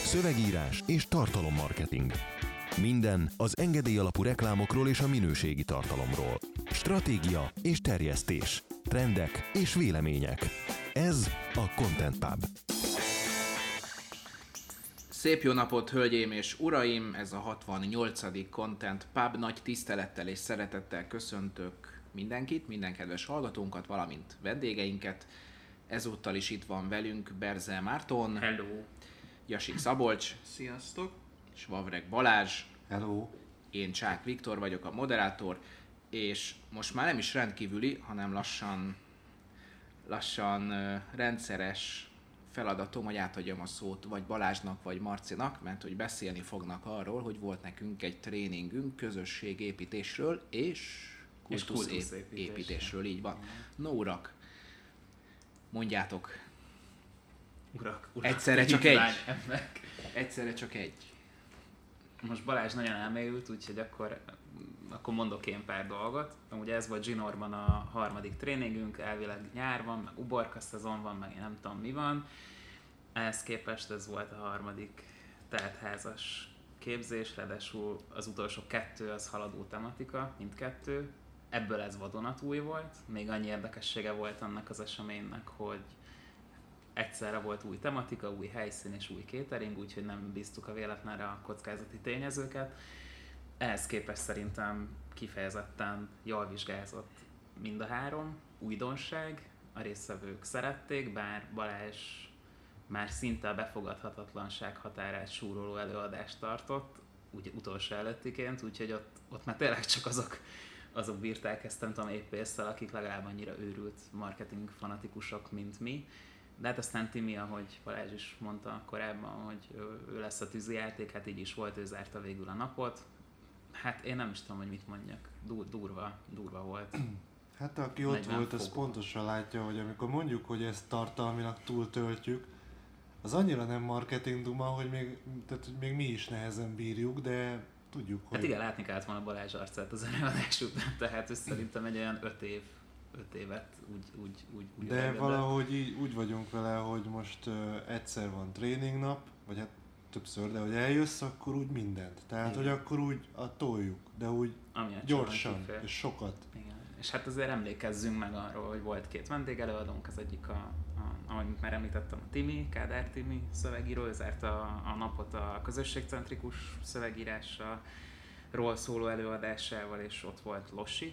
szövegírás és tartalommarketing. Minden az engedély alapú reklámokról és a minőségi tartalomról. Stratégia és terjesztés. Trendek és vélemények. Ez a Content Pub. Szép jó napot, hölgyeim és uraim! Ez a 68. Content Pub. Nagy tisztelettel és szeretettel köszöntök mindenkit, minden kedves hallgatónkat, valamint vendégeinket. Ezúttal is itt van velünk Berzel Márton. Hello! Jasik Szabolcs. Sziasztok! És Vavreg Balázs. Hello! Én Csák Viktor vagyok, a moderátor, és most már nem is rendkívüli, hanem lassan rendszeres feladatom, hogy átadjam a szót vagy Balázsnak, vagy Marcinak, mert hogy beszélni fognak arról, hogy volt nekünk egy tréningünk közösségépítésről és kultuszépítésről, így van. No urak, mondjátok. Urak, Egyszerre csak egy. Egyszerre csak egy. Most Balázs nagyon elmélyült, úgyhogy akkor mondok én pár dolgot. Ugye ez volt Zsinorban a harmadik tréningünk, elvileg nyár van, meg uborka szezon van, meg én nem tudom mi van. Ehhez képest ez volt a harmadik teltházas képzés, ráadásul az utolsó kettő az haladó tematika, mindkettő. Ebből ez vadonatúj volt, még annyi érdekessége volt annak az eseménynek, hogy egyszerre volt új tematika, új helyszín és új catering, úgyhogy nem bíztuk a véletlenre a kockázati tényezőket. Ehhez képest szerintem kifejezetten jól vizsgázott mind a három újdonság, a résztvevők szerették, bár Balázs már szinte a befogadhatatlanság határát súroló előadást tartott, úgy utolsó előttiként, úgyhogy ott már tényleg csak azok bírták ezt, nem tudom, épp ésszel, akik legalább annyira őrült marketing fanatikusok, mint mi. De hát aztán Timi, ahogy Balázs is mondta korábban, hogy ő lesz a tűzijáték, hát így is volt, ő zárta végül a napot. Hát én nem is tudom, hogy mit mondjak, durva volt. Hát aki ott volt, az pontosan látja, hogy amikor mondjuk, hogy ezt tartalmilag túltöltjük, az annyira nem marketing duma, hogy még mi is nehezen bírjuk, de tudjuk, hogy... Hát igen, látni kellett volna Balázs arcát az előadás után, tehát szerintem egy olyan 5 évet úgy de öregedett. Valahogy úgy vagyunk vele, hogy most egyszer van tréningnap, vagy hát többször, de hogy eljössz, akkor úgy mindent. Tehát, igen. Hogy akkor úgy toljuk, de úgy gyorsan és sokat. Igen. És hát azért emlékezzünk meg arról, hogy volt két vendégelőadónk, az egyik ahogy már említettem, a Timi, Kádár Timi szövegíró, ő zárta a napot a közösségcentrikus szövegírásról szóló előadásával, és ott volt Lossi,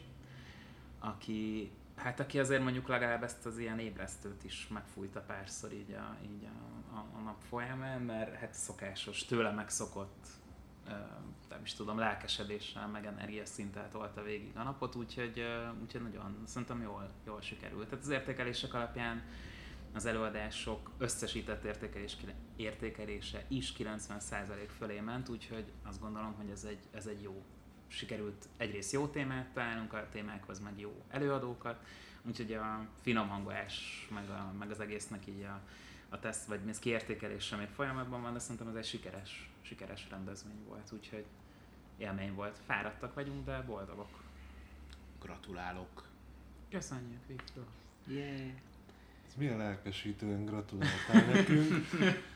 aki azért mondjuk legalább ezt az ilyen ébresztőt is megfújta párszor így a nap folyamán, mert hát szokásos, tőle megszokott, nem is tudom, lelkesedéssel, meg energiaszinttel tolta végig a napot, úgyhogy nagyon, szerintem jól sikerült. Tehát az értékelések alapján az előadások összesített értékelése is 90% fölé ment, úgyhogy azt gondolom, hogy ez egy jó. Sikerült egyrészt jó témát találnunk a témákhoz, meg jó előadókat, úgyhogy a finom hangolás, meg az egésznek így a teszt, vagy ez kiértékelése még folyamatban van, de szerintem ez egy sikeres rendezvény volt, úgyhogy élmény volt. Fáradtak vagyunk, de boldogok. Gratulálok! Köszönjük, Viktor! Yeah! Ez milyen lelkesítően gratuláltál nekünk?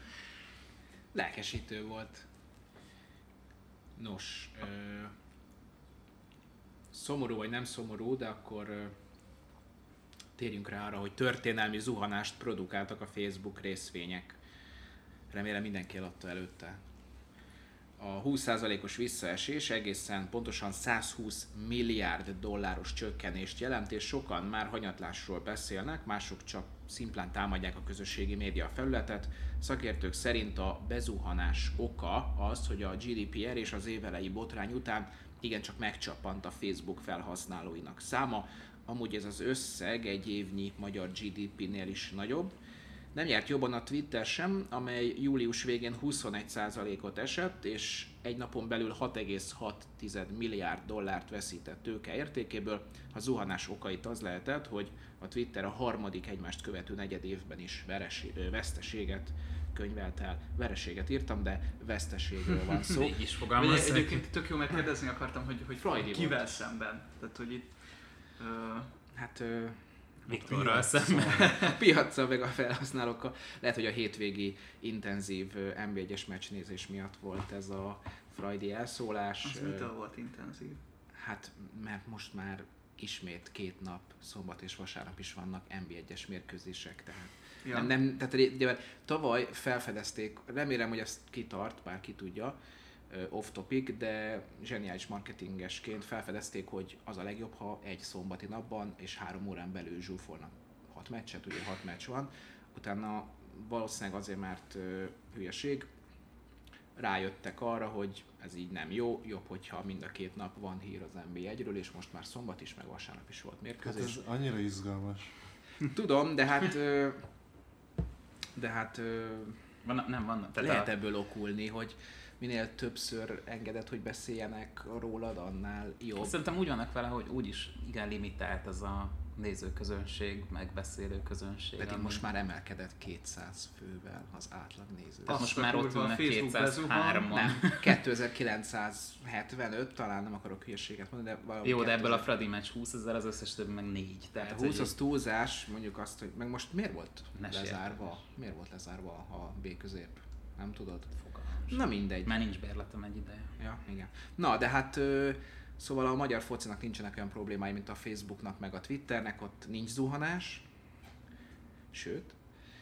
Lelkesítő volt. Nos, szomorú vagy nem szomorú, de akkor térjünk rá arra, hogy történelmi zuhanást produkáltak a Facebook részvények. Remélem mindenki eladta előtte. A 20%-os visszaesés egészen pontosan 120 milliárd dolláros csökkenést jelent, és sokan már hanyatlásról beszélnek, mások csak szimplán támadják a közösségi média felületet. Szakértők szerint a bezuhanás oka az, hogy a GDPR és az évelei botrány után igencsak megcsappant a Facebook felhasználóinak száma. Amúgy ez az összeg egy évnyi magyar GDP-nél is nagyobb. Nem járt jobban a Twitter sem, amely július végén 21%-ot esett, és egy napon belül 6,6 milliárd dollárt veszített tőke értékéből. A zuhanás okait az lehetett, hogy a Twitter a harmadik egymást követő negyed évben is veszteséget könyvelt el. Vereséget írtam, de veszteségről van szó. Mégis fogalmazok. Egyébként tök jó, mert kérdezni akartam, hogy Freudi kivel volt. szemben. Tehát, hogy itt... Viktorral szemben. A piaccal meg a felhasználókkal. Lehet, hogy a hétvégi intenzív NB1-es meccsnézés miatt volt ez a freudi elszólás. Az mitől volt intenzív? Hát, mert most már ismét 2 nap, szombat és vasárnap is vannak NB1-es mérkőzések, tehát Ja. tehát tavaly felfedezték, remélem, hogy ezt kitart, bár ki tudja, off topic, de zseniális marketingesként felfedezték, hogy az a legjobb, ha egy szombati napban és 3 órán belül zsúfolnak 6 meccset, ugye 6 meccs van, utána valószínűleg azért, mert hülyeség, rájöttek arra, hogy ez így nem jó, jobb, hogyha mind a 2 nap van hír az NB1-ről, és most már szombat is, meg vasárnap is volt mérkőzés. Hát ez annyira izgalmas. Tudom, de hát Vannak. lehet ebből okulni, hogy minél többször engeded, hogy beszéljenek rólad, annál jobb. Szerintem úgy vannak vele, hogy úgyis igen limitált ez a nézőközönség, meg beszélő közönség. Pedig most már emelkedett 200 fővel az átlag néző. Tehát most már ott ülnek 203-on. Nem, 2975, talán nem akarok hülyeséget mondani, de valami. Jó, de ebből a Fradi meccs 20 000, az összes többi meg 4. Tehát a 20 az túlzás, mondjuk azt, hogy meg most miért volt lezárva? Értem. Miért volt lezárva a B közép? Nem tudod? Fogalmam. Na mindegy. Már nincs bérletem egy ideje. Ja, igen. Na, de hát szóval a magyar focinak nincsenek olyan problémái, mint a Facebooknak, meg a Twitternek, ott nincs zuhanás. Sőt,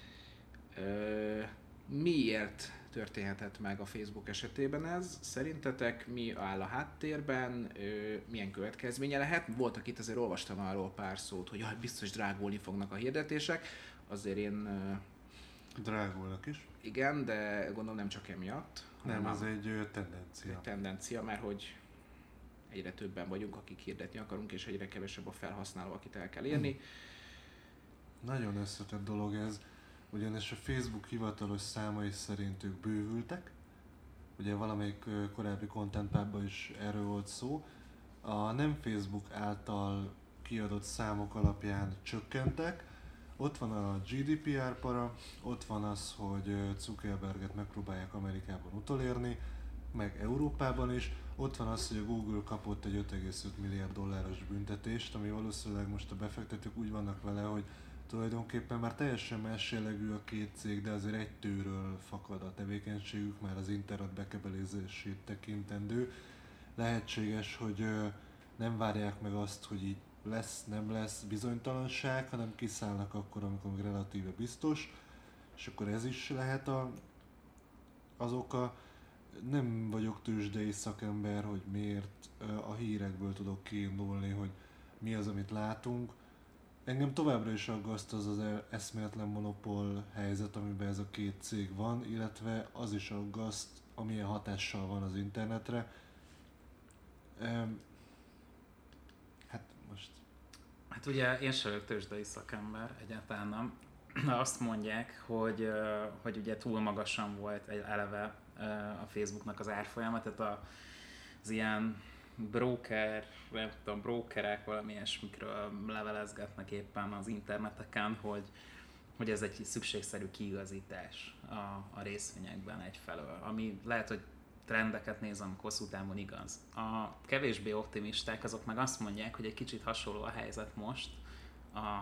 miért történhetett meg a Facebook esetében ez? Szerintetek mi áll a háttérben, milyen következménye lehet? Voltak itt, azért olvastam arról pár szót, hogy biztos drágulni fognak a hirdetések. Azért én... Drágulnak is. Igen, de gondolom nem csak emiatt. Nem, ez egy tendencia. Egy tendencia, mert hogy egyre többen vagyunk, akik hirdetni akarunk, és egyre kevesebb a felhasználó, akit el kell érni. Nagyon összetett dolog ez, ugyanis a Facebook hivatalos számai szerint ők bővültek. Ugye valamelyik korábbi Content Pubban is erről volt szó. A nem Facebook által kiadott számok alapján csökkentek. Ott van a GDPR para, ott van az, hogy Zuckerberget megpróbálják Amerikában utolérni, meg Európában is. Ott van az, hogy a Google kapott egy 5,5 milliárd dolláros büntetést, ami valószínűleg most a befektetők úgy vannak vele, hogy tulajdonképpen már teljesen más jellegű a 2 cég, de azért egy tőről fakad a tevékenységük, már az internet bekebelezését tekintendő. Lehetséges, hogy nem várják meg azt, hogy így lesz, nem lesz bizonytalanság, hanem kiszállnak akkor, amikor még relatíve biztos, és akkor ez is lehet az oka. Nem vagyok tőzsdei szakember, hogy miért a hírekből tudok kiindulni, hogy mi az, amit látunk. Engem továbbra is aggaszt az eszméletlen monopól helyzet, amiben ez a 2 cég van, illetve az is aggaszt, amilyen hatással van az internetre. Hát ugye én sem vagyok tőzsdei szakember, egyáltalán nem. Azt mondják, hogy ugye túl magasan volt eleve a Facebooknak az árfolyama, tehát az ilyen brokerek valami ilyesmikről levelezgetnek éppen az interneteken, hogy ez egy szükségszerű kiigazítás a részvényekben egyfelől, ami lehet, hogy trendeket nézem, hosszú távon igaz. A kevésbé optimisták azok meg azt mondják, hogy egy kicsit hasonló a helyzet most a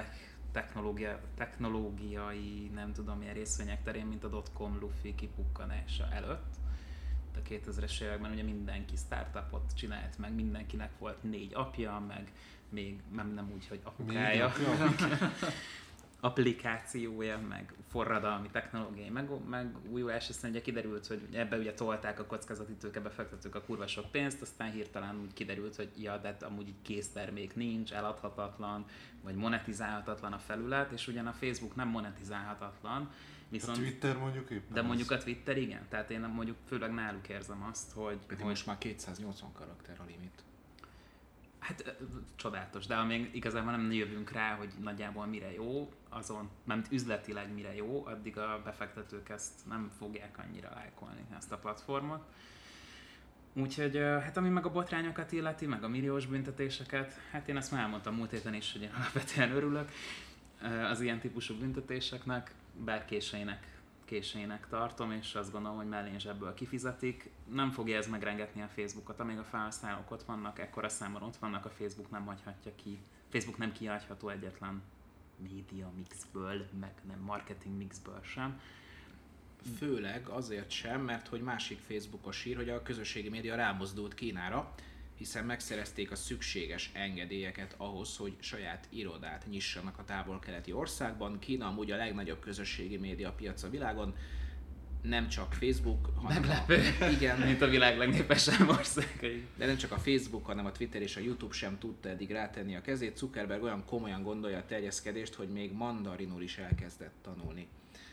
technológiai, nem tudom milyen részvények terén, mint a dotcom lufi kipukkanása előtt. A 2000-es években ugye mindenki startupot csinált meg, mindenkinek volt 4 apja, meg még nem úgy, hogy apukája. Applikációja, meg forradalmi technológiai megújulás, aztán ugye kiderült, hogy ebbe ugye tolták a kockázati tőkebefektetők a kurva sok pénzt, aztán hirtelen úgy kiderült, hogy ja, de amúgy így késztermék nincs, eladhatatlan, vagy monetizálhatatlan a felület, és ugyan a Facebook nem monetizálhatatlan, viszont... A Twitter mondjuk éppen. De mondjuk a Twitter igen, tehát én mondjuk főleg náluk érzem azt, hogy... Pedig most már 280 karakter a limit. Hát csodálatos, de amíg igazából nem jövünk rá, hogy nagyjából mire jó, azon, mert üzletileg mire jó, addig a befektetők ezt nem fogják annyira lájkolni, ezt a platformot. Úgyhogy hát ami meg a botrányokat illeti, meg a milliós büntetéseket, hát én ezt már elmondtam múlt héten is, hogy én alapvetően örülök az ilyen típusú büntetéseknek, bár késének tartom, és azt gondolom, hogy mellén zsebből kifizetik. Nem fogja ez megrengetni a Facebookot, amíg a felhasználók ott vannak, ekkora számban ott vannak, a Facebook nem hagyhatja ki Facebook nem kihagyható egyetlen média mixből, meg nem marketing mixből sem. Főleg azért sem, mert hogy másik Facebookos ír, hogy a közösségi média rámozdult Kínára, hiszen megszerezték a szükséges engedélyeket ahhoz, hogy saját irodát nyissanak a távol-keleti országban. Kína amúgy a legnagyobb közösségi média piac a világon, nem csak Facebook, hanem igen, mint a világ legnépesebb országai. De nem csak a Facebook, hanem a Twitter és a YouTube sem tudta eddig rátenni a kezét. Zuckerberg olyan komolyan gondolja a terjeszkedést, hogy még mandarinul is elkezdett tanulni.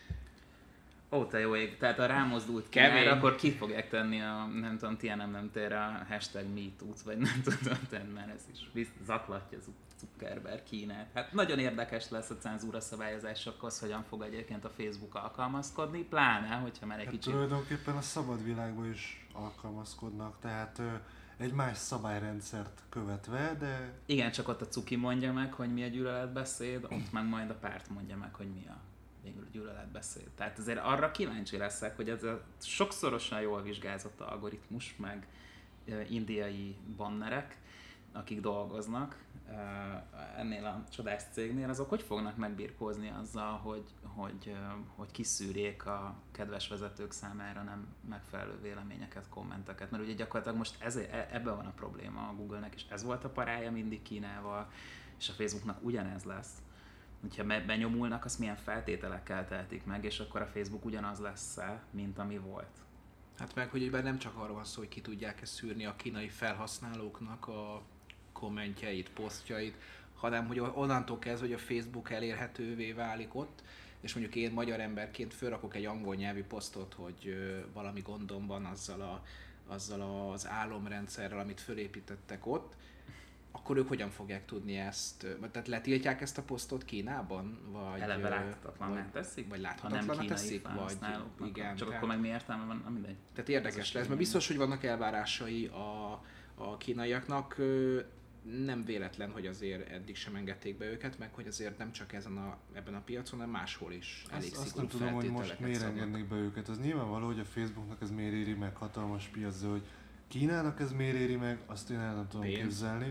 Ó, te jó ég, tehát a rámozdult Kínára, akkor ki fogják tenni a, nem tudom, nem tér a #MeToo-t, vagy nem tudom, mert ez is zaklatja Zuckerberg Kínát. Hát nagyon érdekes lesz a cenzúra szabályozásokhoz, hogyan fog egyébként a Facebook alkalmazkodni, pláne, hogyha már egy kicsit... Tulajdonképpen a szabad világban is alkalmazkodnak, tehát egy más szabályrendszert követve, de... Igen, csak ott a cuki mondja meg, hogy mi a gyűlöletbeszéd, ott meg majd a párt mondja meg, hogy mi a gyűlöletbeszéd. Tehát azért arra kíváncsi leszek, hogy ez a sokszorosan jól vizsgázott algoritmus, meg indiai bannerek, akik dolgoznak ennél a csodás cégnél, azok hogy fognak megbirkózni azzal, hogy kiszűrjék a kedves vezetők számára nem megfelelő véleményeket, kommenteket. Mert ugye gyakorlatilag most ebben van a probléma a Google-nek, és ez volt a parája mindig Kínával, és a Facebooknak ugyanez lesz. Ha benyomulnak, azt milyen feltételekkel tehetik meg, és akkor a Facebook ugyanaz lesz, mint ami volt. Hát meg, hogy nem csak arról van szó, hogy ki tudják ezt szűrni a kínai felhasználóknak a kommentjeit, posztjait, hanem hogy onnantól kezdve, hogy a Facebook elérhetővé válik ott, és mondjuk én magyar emberként fölrakok egy angol nyelvű posztot, hogy valami gondom van azzal az álomrendszerrel, amit fölépítettek ott, akkor ők hogyan fogják tudni ezt, tehát letiltják ezt a posztot Kínában? Vagy eleve láthatatlanná teszik? Vagy láthatatlanná teszik? Vagy igen. Csak akkor meg mi értelme van, mindegy. Tehát érdekes lesz, mert biztos, hogy vannak elvárásai a kínaiaknak, nem véletlen, hogy azért eddig sem engedték be őket, meg hogy azért nem csak ebben a piacon, hanem máshol is elég szigorú feltételeket. Azt nem tudom, hogy most miért engednék be őket. Az nyilvánvaló, hogy a Facebooknak ez miért éri meg, hatalmas piac, de hogy Kínának ez miért éri meg, azt én el nem tudom képzelni.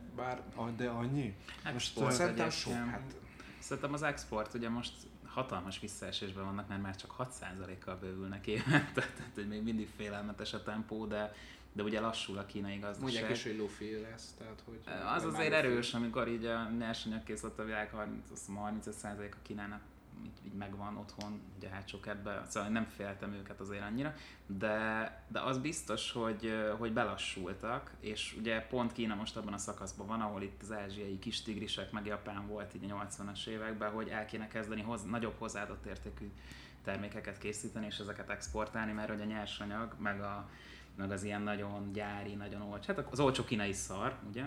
De annyi? Most szerintem sok. Szerintem az export ugye most hatalmas visszaesésben vannak, mert már csak 6%-kal bővülnek évente, tehát hogy még mindig félelmetes a tempó, de ugye lassul a kínai gazdaság. Mondják is, hogy low-fi lesz, tehát hogy... Az azért erős, amikor így a nyersanyagkészlet a világ 35% a Kínának így megvan otthon, ugye hátsó kertben, szóval nem féltem őket azért annyira, de az biztos, hogy belassultak, és ugye pont Kína most abban a szakaszban van, ahol itt az ázsiai kis tigrisek, meg Japán volt így a 80-as években, hogy el kéne kezdeni nagyobb hozzáadott értékű termékeket készíteni, és ezeket exportálni, mert hogy a nyersanyag, meg az ilyen nagyon gyári, nagyon olcsó, hát az olcsó kínai szar, ugye,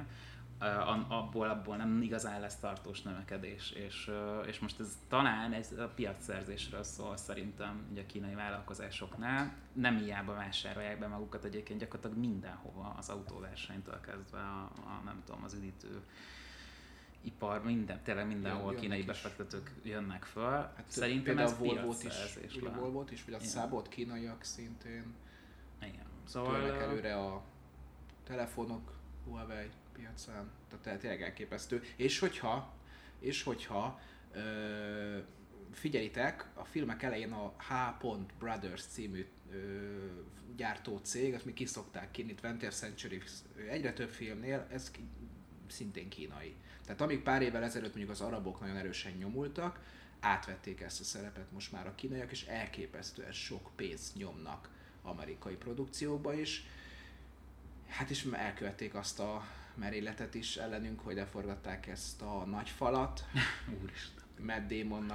abból nem igazán lesz tartós növekedés, és most ez talán a piacszerzésről szól szerintem ugye a kínai vállalkozásoknál. Nem hiába vásárolják be magukat egyébként gyakorlatilag mindenhova, az autóversenytől kezdve nem tudom, az üdítő ipar, tényleg mindenhol kínai befektetők jönnek föl. Hát szerintem ez piacszerzés. A Volvo-t is, vagy a Szabot kínaiak szintén. Igen. Szóval törnek előre a telefonok, Huawei piacán, tehát tényleg elképesztő. És hogyha figyelitek, a filmek elején a H. Brothers című gyártó cég, azt mi kiszokták kínni, 20th Century, egyre több filmnél, ez szintén kínai. Tehát amíg pár évvel ezelőtt mondjuk az arabok nagyon erősen nyomultak, átvették ezt a szerepet most már a kínaiak, és elképesztően sok pénzt nyomnak amerikai produkciókba is. Hát és elkövették azt a merényletet is ellenünk, hogy leforgatták ezt a nagy falat Matt Damonnal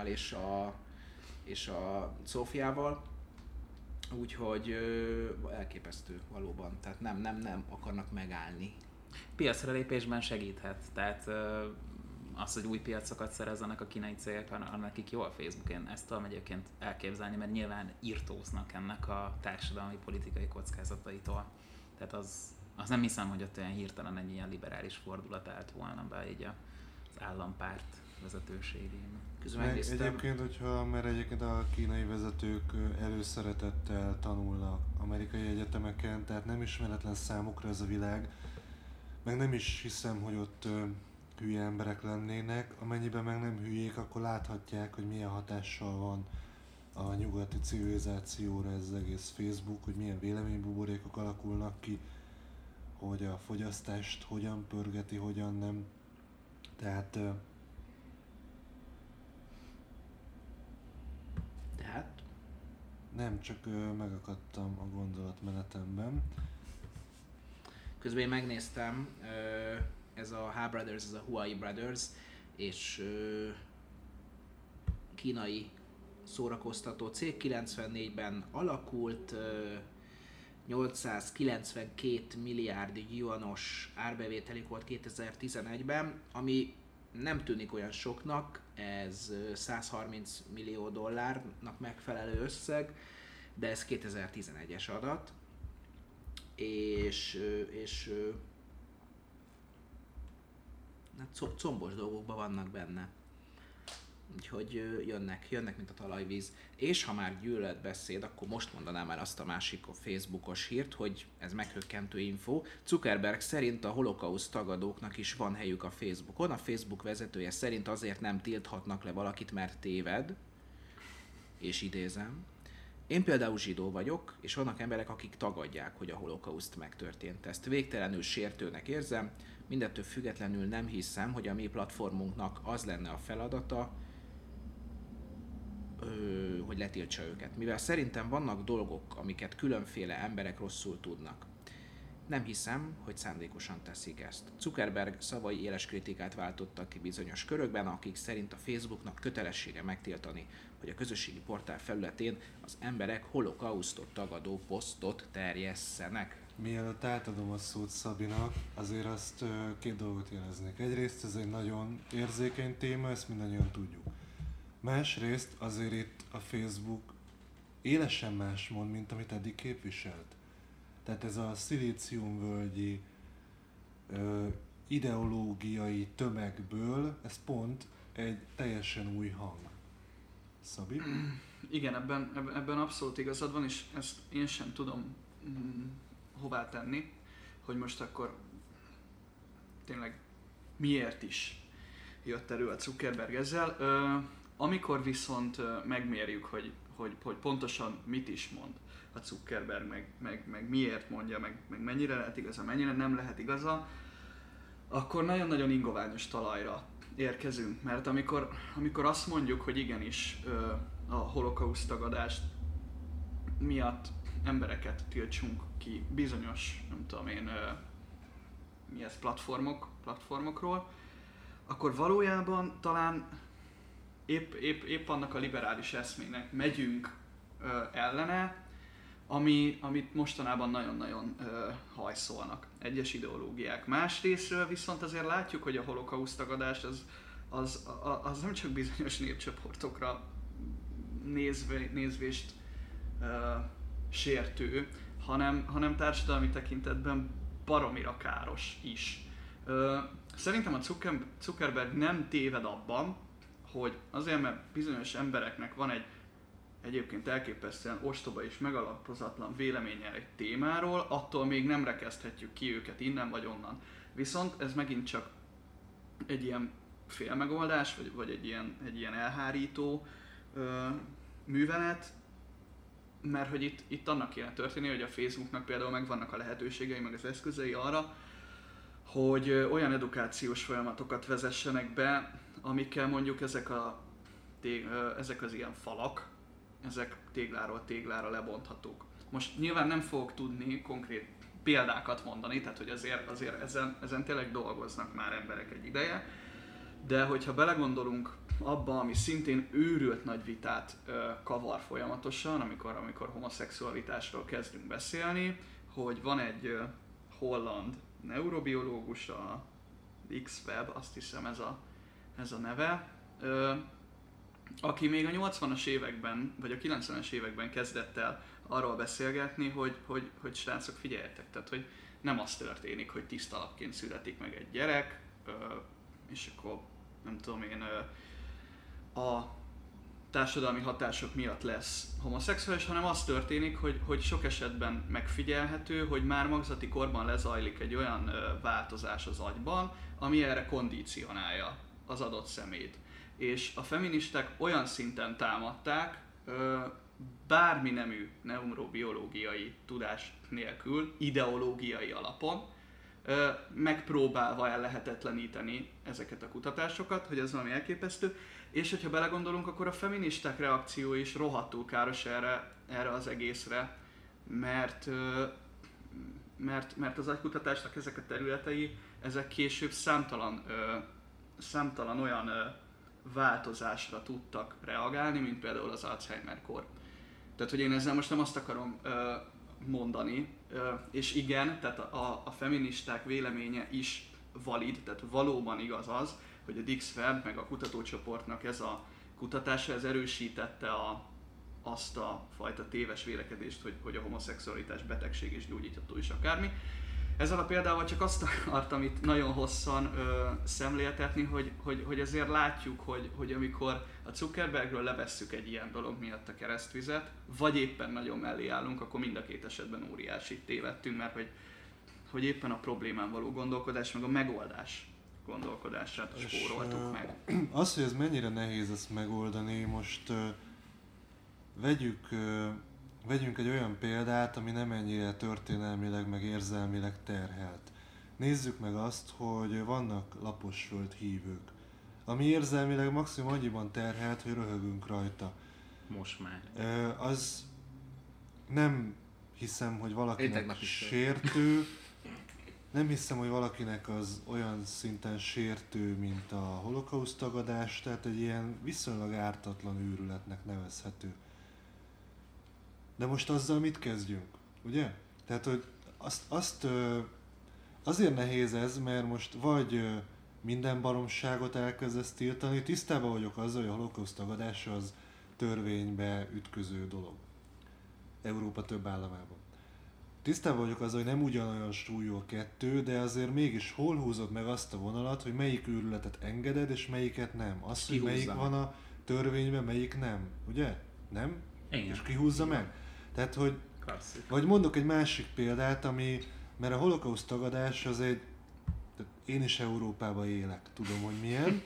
és a Sophiával. Úgyhogy elképesztő valóban, tehát nem akarnak megállni. Piacra lépésben segíthet, tehát az, hogy új piacokat szerezzenek a kínai cégek, nekik jó a Facebook, én ezt tudom egyébként elképzelni, mert nyilván irtóznak ennek a társadalmi politikai kockázataitól. Tehát az nem hiszem, hogy ott olyan hirtelen egy ilyen liberális fordulat állt volna be így az állampárt vezetőségén. Egyébként, mert egyébként a kínai vezetők előszeretettel tanulnak amerikai egyetemeken, tehát nem ismeretlen számukra ez a világ, meg nem is hiszem, hogy ott hülye emberek lennének, amennyiben meg nem hülyék, akkor láthatják, hogy milyen hatással van a nyugati civilizációra ez az egész Facebook, hogy milyen véleménybuborékok alakulnak ki, hogy a fogyasztást hogyan pörgeti, hogyan nem. Tehát... Nem, csak megakadtam a gondolatmenetemben. Közben én megnéztem, ez a H Brothers, ez a Huai Brothers, és kínai szórakoztató cég, 94-ben alakult, 892 milliárd yuanos árbevételük volt 2011-ben, ami nem tűnik olyan soknak, ez 130 millió dollárnak megfelelő összeg, de ez 2011-es adat, és combos dolgokban vannak benne. Úgyhogy jönnek, mint a talajvíz. És ha már gyűlöletbeszéd, akkor most mondanám már azt a másik Facebookos hírt, hogy ez meghökkentő info. Zuckerberg szerint a holokauszt tagadóknak is van helyük a Facebookon. A Facebook vezetője szerint azért nem tilthatnak le valakit, mert téved. És idézem. Én például zsidó vagyok, és vannak emberek, akik tagadják, hogy a holokauszt megtörtént. Ezt végtelenül sértőnek érzem, mindettől függetlenül nem hiszem, hogy a mi platformunknak az lenne a feladata, hogy letiltsa őket. Mivel szerintem vannak dolgok, amiket különféle emberek rosszul tudnak. Nem hiszem, hogy szándékosan teszik ezt. Zuckerberg szavai éles kritikát váltottak ki bizonyos körökben, akik szerint a Facebooknak kötelessége megtiltani, hogy a közösségi portál felületén az emberek holokausztot tagadó posztot terjesszenek. Mielőtt átadom a szót Szabinak, azért azt két dolgot jeleznék. Egyrészt ez egy nagyon érzékeny téma, ezt mindannyian tudjuk. Másrészt azért itt a Facebook élesen más mond, mint amit eddig képviselt. Tehát ez a szilíciumvölgyi ideológiai tömegből, ez pont egy teljesen új hang. Szabi? Igen, ebben abszolút igazad van, és ezt én sem tudom hová tenni, hogy most akkor tényleg miért is jött elő a Zuckerberg ezzel. Amikor viszont megmérjük, hogy pontosan mit is mond a Zuckerberg, meg miért mondja, meg mennyire lehet igaza, mennyire nem lehet igaza, akkor nagyon-nagyon ingoványos talajra érkezünk. Mert amikor azt mondjuk, hogy igenis a holokauszt tagadást miatt embereket tiltsunk ki bizonyos, nem tudom én, mi ez, platformokról, akkor valójában talán épp annak a liberális eszmének megyünk ellene, amit mostanában nagyon-nagyon hajszolnak egyes ideológiák. Másrésztről viszont azért látjuk, hogy a holokauszt tagadás az nem csak bizonyos népcsoportokra nézvést sértő, hanem társadalmi tekintetben baromira káros is. Szerintem a Zuckerberg nem téved abban, hogy azért, mert bizonyos embereknek van egy egyébként elképesztően ostoba és megalapozatlan véleménye egy témáról, attól még nem rekeszthetjük ki őket innen vagy onnan. Viszont ez megint csak egy ilyen félmegoldás, vagy egy ilyen elhárító művelet, mert hogy itt annak kéne történni, hogy a Facebooknak például megvannak a lehetőségei, meg az eszközei arra, hogy olyan edukációs folyamatokat vezessenek be, amikkel mondjuk ezek az ilyen falak, ezek tégláról téglára lebonthatók. Most nyilván nem fogok tudni konkrét példákat mondani, tehát hogy azért ezen tényleg dolgoznak már emberek egy ideje, de hogyha belegondolunk abba, ami szintén őrült nagy vitát kavar folyamatosan, amikor homoszexualitásról kezdünk beszélni, hogy van egy holland neurobiológus, a X-Web, azt hiszem ez a neve, aki még a 80-as években, vagy a 90-es években kezdett el arról beszélgetni, hogy srácok, figyeljetek, tehát hogy nem az történik, hogy tiszta lapként születik meg egy gyerek, és akkor nem tudom én, a társadalmi hatások miatt lesz homoszexuális, hanem az történik, hogy sok esetben megfigyelhető, hogy már magzati korban lezajlik egy olyan változás az agyban, ami erre kondicionálja az adott személyt. És a feministák olyan szinten támadták, bármi nemű neurobiológiai tudás nélkül, ideológiai alapon, megpróbálva ellehetetleníteni ezeket a kutatásokat, hogy ez valami elképesztő, és hogyha belegondolunk, akkor a feministák reakció is rohadtul káros erre az egészre, mert az agykutatásnak ezek a területei, ezek később számtalan olyan változásra tudtak reagálni, mint például az Alzheimer-kor. Tehát, hogy én ezzel most nem azt akarom mondani, és igen, tehát a feministák véleménye is valid, tehát valóban igaz az, hogy a Dix Webb meg a kutatócsoportnak ez a kutatása, ez erősítette azt a fajta téves vélekedést, hogy a homoszexualitás betegség és gyógyítható is akármi. Ezzel a példával csak azt akartam itt nagyon hosszan szemléltetni, hogy ezért látjuk, hogy amikor a Zuckerbergről levesszük egy ilyen dolog miatt a keresztvizet, vagy éppen nagyon mellé állunk, akkor mind a két esetben óriásit tévedtünk, mert hogy éppen a problémán való gondolkodás, meg a megoldás gondolkodását spóroltuk meg. Az, hogy ez mennyire nehéz ezt megoldani, most vegyünk egy olyan példát, ami nem ennyire történelmileg, meg érzelmileg terhelt. Nézzük meg azt, hogy vannak laposföld hívők, ami érzelmileg maximum annyiban terhelt, hogy röhögünk rajta. Most már. Az nem hiszem, hogy valakinek sértő, nem hiszem, hogy valakinek az olyan szinten sértő, mint a holokauszt tagadás, tehát egy ilyen viszonylag ártatlan őrületnek nevezhető. De most azzal mit kezdjünk, ugye? Tehát, hogy azért nehéz ez, mert most vagy minden baromságot elkezdesz tiltani, tisztában vagyok azzal, hogy a holokauszt tagadása az törvénybe ütköző dolog. Európa több államában. Tisztában vagyok azzal, hogy nem ugyanolyan súlyú a kettő, de azért mégis hol húzod meg azt a vonalat, hogy melyik őrületet engeded, és melyiket nem. Azt, hogy melyik van a törvényben, melyik nem. Ugye? Nem? Igen. És ki húzza meg? Tehát, hogy... Klasszik. Vagy mondok egy másik példát, mert a holokauszt tagadás az egy... Én is Európában élek, tudom, hogy milyen.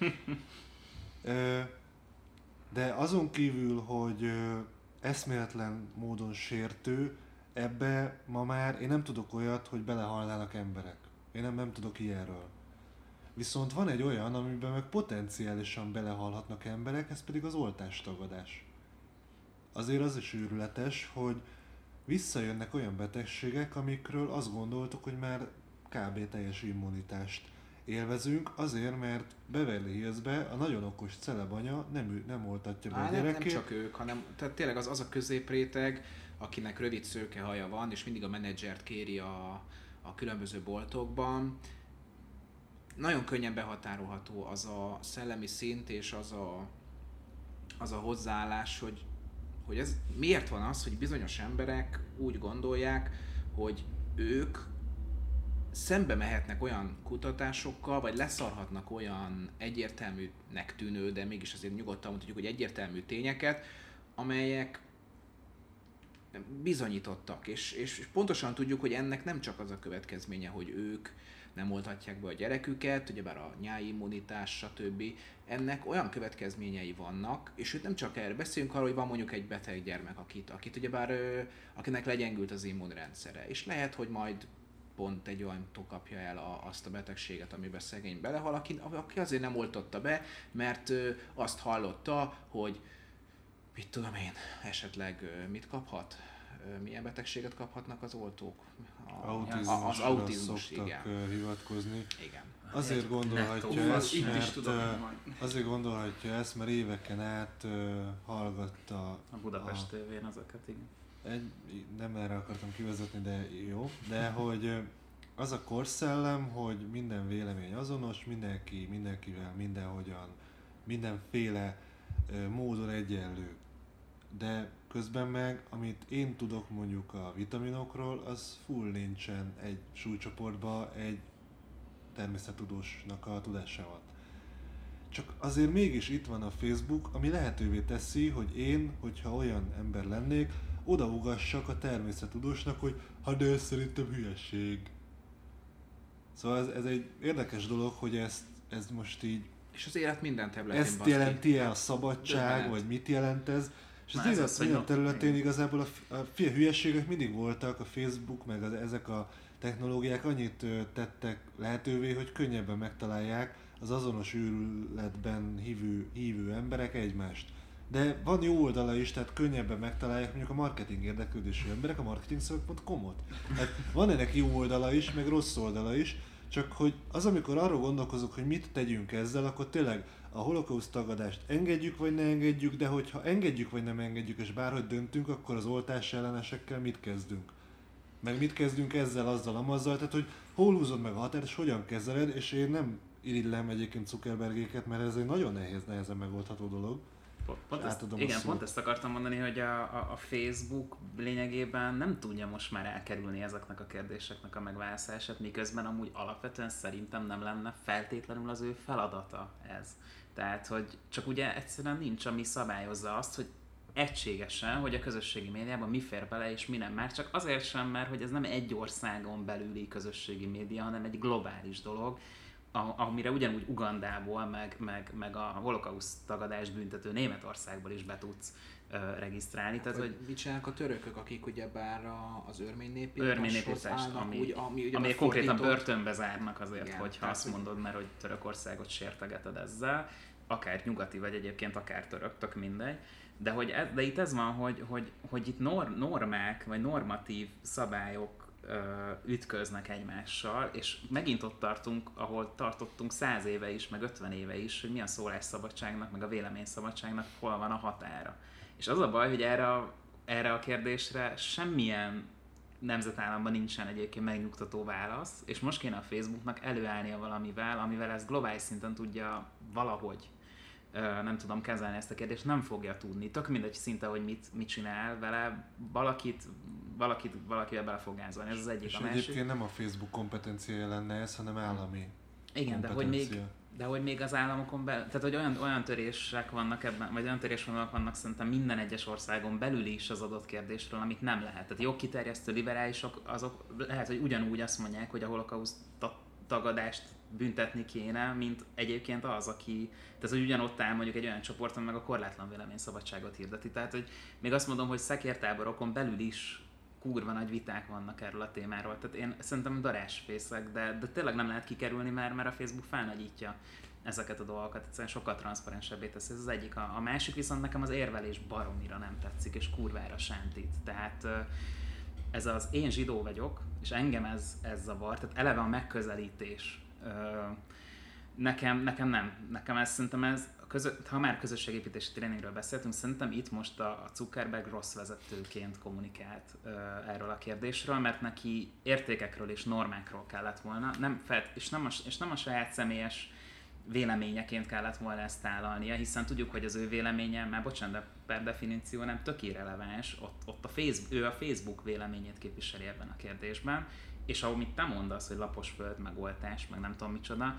De azon kívül, hogy eszméletlen módon sértő, ebbe ma már én nem tudok olyat, hogy belehalnának emberek. Én nem tudok ilyenről. Viszont van egy olyan, amiben meg potenciálisan belehalhatnak emberek, ez pedig az oltástagadás. Azért az is őrületes, hogy visszajönnek olyan betegségek, amikről azt gondoltuk, hogy már kb. Teljes immunitást élvezünk, azért, mert Beverly Hillsbe a nagyon okos celebanya nem oltatja be a gyerekét. Nem csak ők, hanem tehát tényleg az a középréteg, akinek rövid szőke haja van, és mindig a menedzsert kéri a különböző boltokban. Nagyon könnyen behatárolható az a szellemi szint, és az a hozzáállás, hogy ez miért van az, hogy bizonyos emberek úgy gondolják, hogy ők szembe mehetnek olyan kutatásokkal, vagy leszarhatnak olyan egyértelműnek tűnő, de mégis azért nyugodtan mondhatjuk, hogy egyértelmű tényeket, amelyek bizonyítottak, és pontosan tudjuk, hogy ennek nem csak az a következménye, hogy ők nem oltatják be a gyereküket, ugyebár a nyáimmunitás, stb. Ennek olyan következményei vannak, és nem csak erre beszélünk arról, hogy van mondjuk egy beteg gyermek, akit ugyebár, akinek legyengült az immunrendszere, és lehet, hogy majd pont egy olyan kapja el azt a betegséget, amiben szegény belehal, aki azért nem oltotta be, mert azt hallotta, hogy mit tudom én, esetleg mit kaphat? Milyen betegséget kaphatnak az oltók? Az autizmus, igen. Hivatkozni. Igen. Azért gondolhatja ezt, mert éveken át hallgatta a Budapest TV-n azokat, igen. Nem erre akartam kivezetni, de jó. De hogy az a korszellem, hogy minden vélemény azonos, mindenki mindenkivel mindenhogyan, mindenféle módon egyenlő. De közben meg, amit én tudok mondjuk a vitaminokról, az full nincsen egy súlycsoportban egy természettudósnak a tudásával. csak azért mégis itt van a Facebook, ami lehetővé teszi, hogy én, hogyha olyan ember lennék, odaugassak a természettudósnak, hogy de ez szerintem hülyeség. Szóval ez egy érdekes dolog, hogy ez most így... És az élet minden területén ezt jelenti-e a szabadság, vagy mit jelent ez? És az élet minden területén igazából a hülyeségek mindig voltak, a Facebook, meg ezek a technológiák annyit tettek lehetővé, hogy könnyebben megtalálják az azonos őrületben hívő emberek egymást. De van jó oldala is, tehát könnyebben megtalálják mondjuk a marketing érdeklődésű emberek a marketingszöveg.com-ot. Hát van ennek jó oldala is, meg rossz oldala is, csak hogy az, amikor arról gondolkozok, hogy mit tegyünk ezzel, akkor tényleg a holokauszt tagadást engedjük vagy ne engedjük, de hogyha engedjük vagy nem engedjük, és bárhogy döntünk, akkor az oltás ellenesekkel mit kezdünk? Meg mit kezdünk ezzel, azzal, amazzal, tehát hogy hol húzod meg a határt, és hogyan kezeled, és én nem irigylem egyébként Zuckerbergéket, mert ez egy nagyon nehezen megoldható dolog. Pont ezt akartam mondani, hogy a Facebook lényegében nem tudja most már elkerülni ezeknek a kérdéseknek a megválaszolását, miközben amúgy alapvetően szerintem nem lenne feltétlenül az ő feladata ez. Tehát, hogy csak ugye egyszerűen nincs, ami szabályozza azt, hogy egységesen, hogy a közösségi médiában mi fér bele és mi nem. Már csak azért sem, mert hogy ez nem egy országon belüli közösségi média, hanem egy globális dolog, amire ugyanúgy Ugandából, meg a holokauszt tagadást büntető Németországból is be tudsz regisztrálni. Tehát, hogy mit csinálnak a törökök, akik ugyebár az örmény népírtáshoz állnak, ami konkrétan börtönbe zárnak azért, igen, hogyha azt mondod, mert hogy Törökországot sértegeted ezzel, akár nyugati, vagy egyébként akár török, tök mindegy. De itt ez van, hogy itt normák, vagy normatív szabályok ütköznek egymással, és megint ott tartunk, ahol tartottunk 100 éve is, meg 50 éve is, hogy mi a szólásszabadságnak, meg a véleményszabadságnak hol van a határa. És az a baj, hogy erre a kérdésre semmilyen nemzetállamban nincsen egyébként megnyugtató válasz, és most kéne a Facebooknak előállnia valamivel, amivel ezt globális szinten tudja valahogy nem tudom kezelni ezt a kérdést, nem fogja tudni. Tök mindegy szinte, hogy mit csinál vele, valakivel bele fog gázolni. Ez az egyik. És a másik. Egyébként nem a Facebook kompetenciája lenne ez, hanem állami. Igen, de hogy még az államokon belül, tehát hogy olyan törések vannak ebben, vagy olyan törésvonalak vannak szerintem minden egyes országon belül is az adott kérdésről, amit nem lehet. Tehát jogkiterjesztő liberálisok, azok lehet, hogy ugyanúgy azt mondják, hogy a holokauszt tagadást büntetni kéne, mint egyébként az, aki, tehát hogy ugyanott áll mondjuk egy olyan csoporton meg a korlátlan véleményszabadságot hirdeti. Tehát, hogy még azt mondom, hogy szekértáborokon belül is kurva nagy viták vannak erről a témáról. Tehát én szerintem darásfészek, de tényleg nem lehet kikerülni már, mert a Facebook felnagyítja ezeket a dolgokat, egyszerűen sokkal transzparensebbé teszi. Ez az egyik. A másik viszont nekem az érvelés baromira nem tetszik, és kurvára sántít. Tehát ez az én zsidó vagyok, és engem ez zavar, tehát eleve a megközelítés. Nekem nem. Nekem ez szerintem ha már közösségépítési tréningről beszéltünk, szerintem itt most a Zuckerberg rossz vezetőként kommunikált erről a kérdésről, mert neki értékekről és normákról kellett volna, és nem a saját személyes véleményeként kellett volna ezt tálalnia, hiszen tudjuk, hogy az ő véleménye, már bocsánat, de per definíció nem tök irreleváns, ő a Facebook véleményét képviseli ebben a kérdésben, és amit te mondasz, hogy lapos föld, megoltás, meg nem tudom micsoda,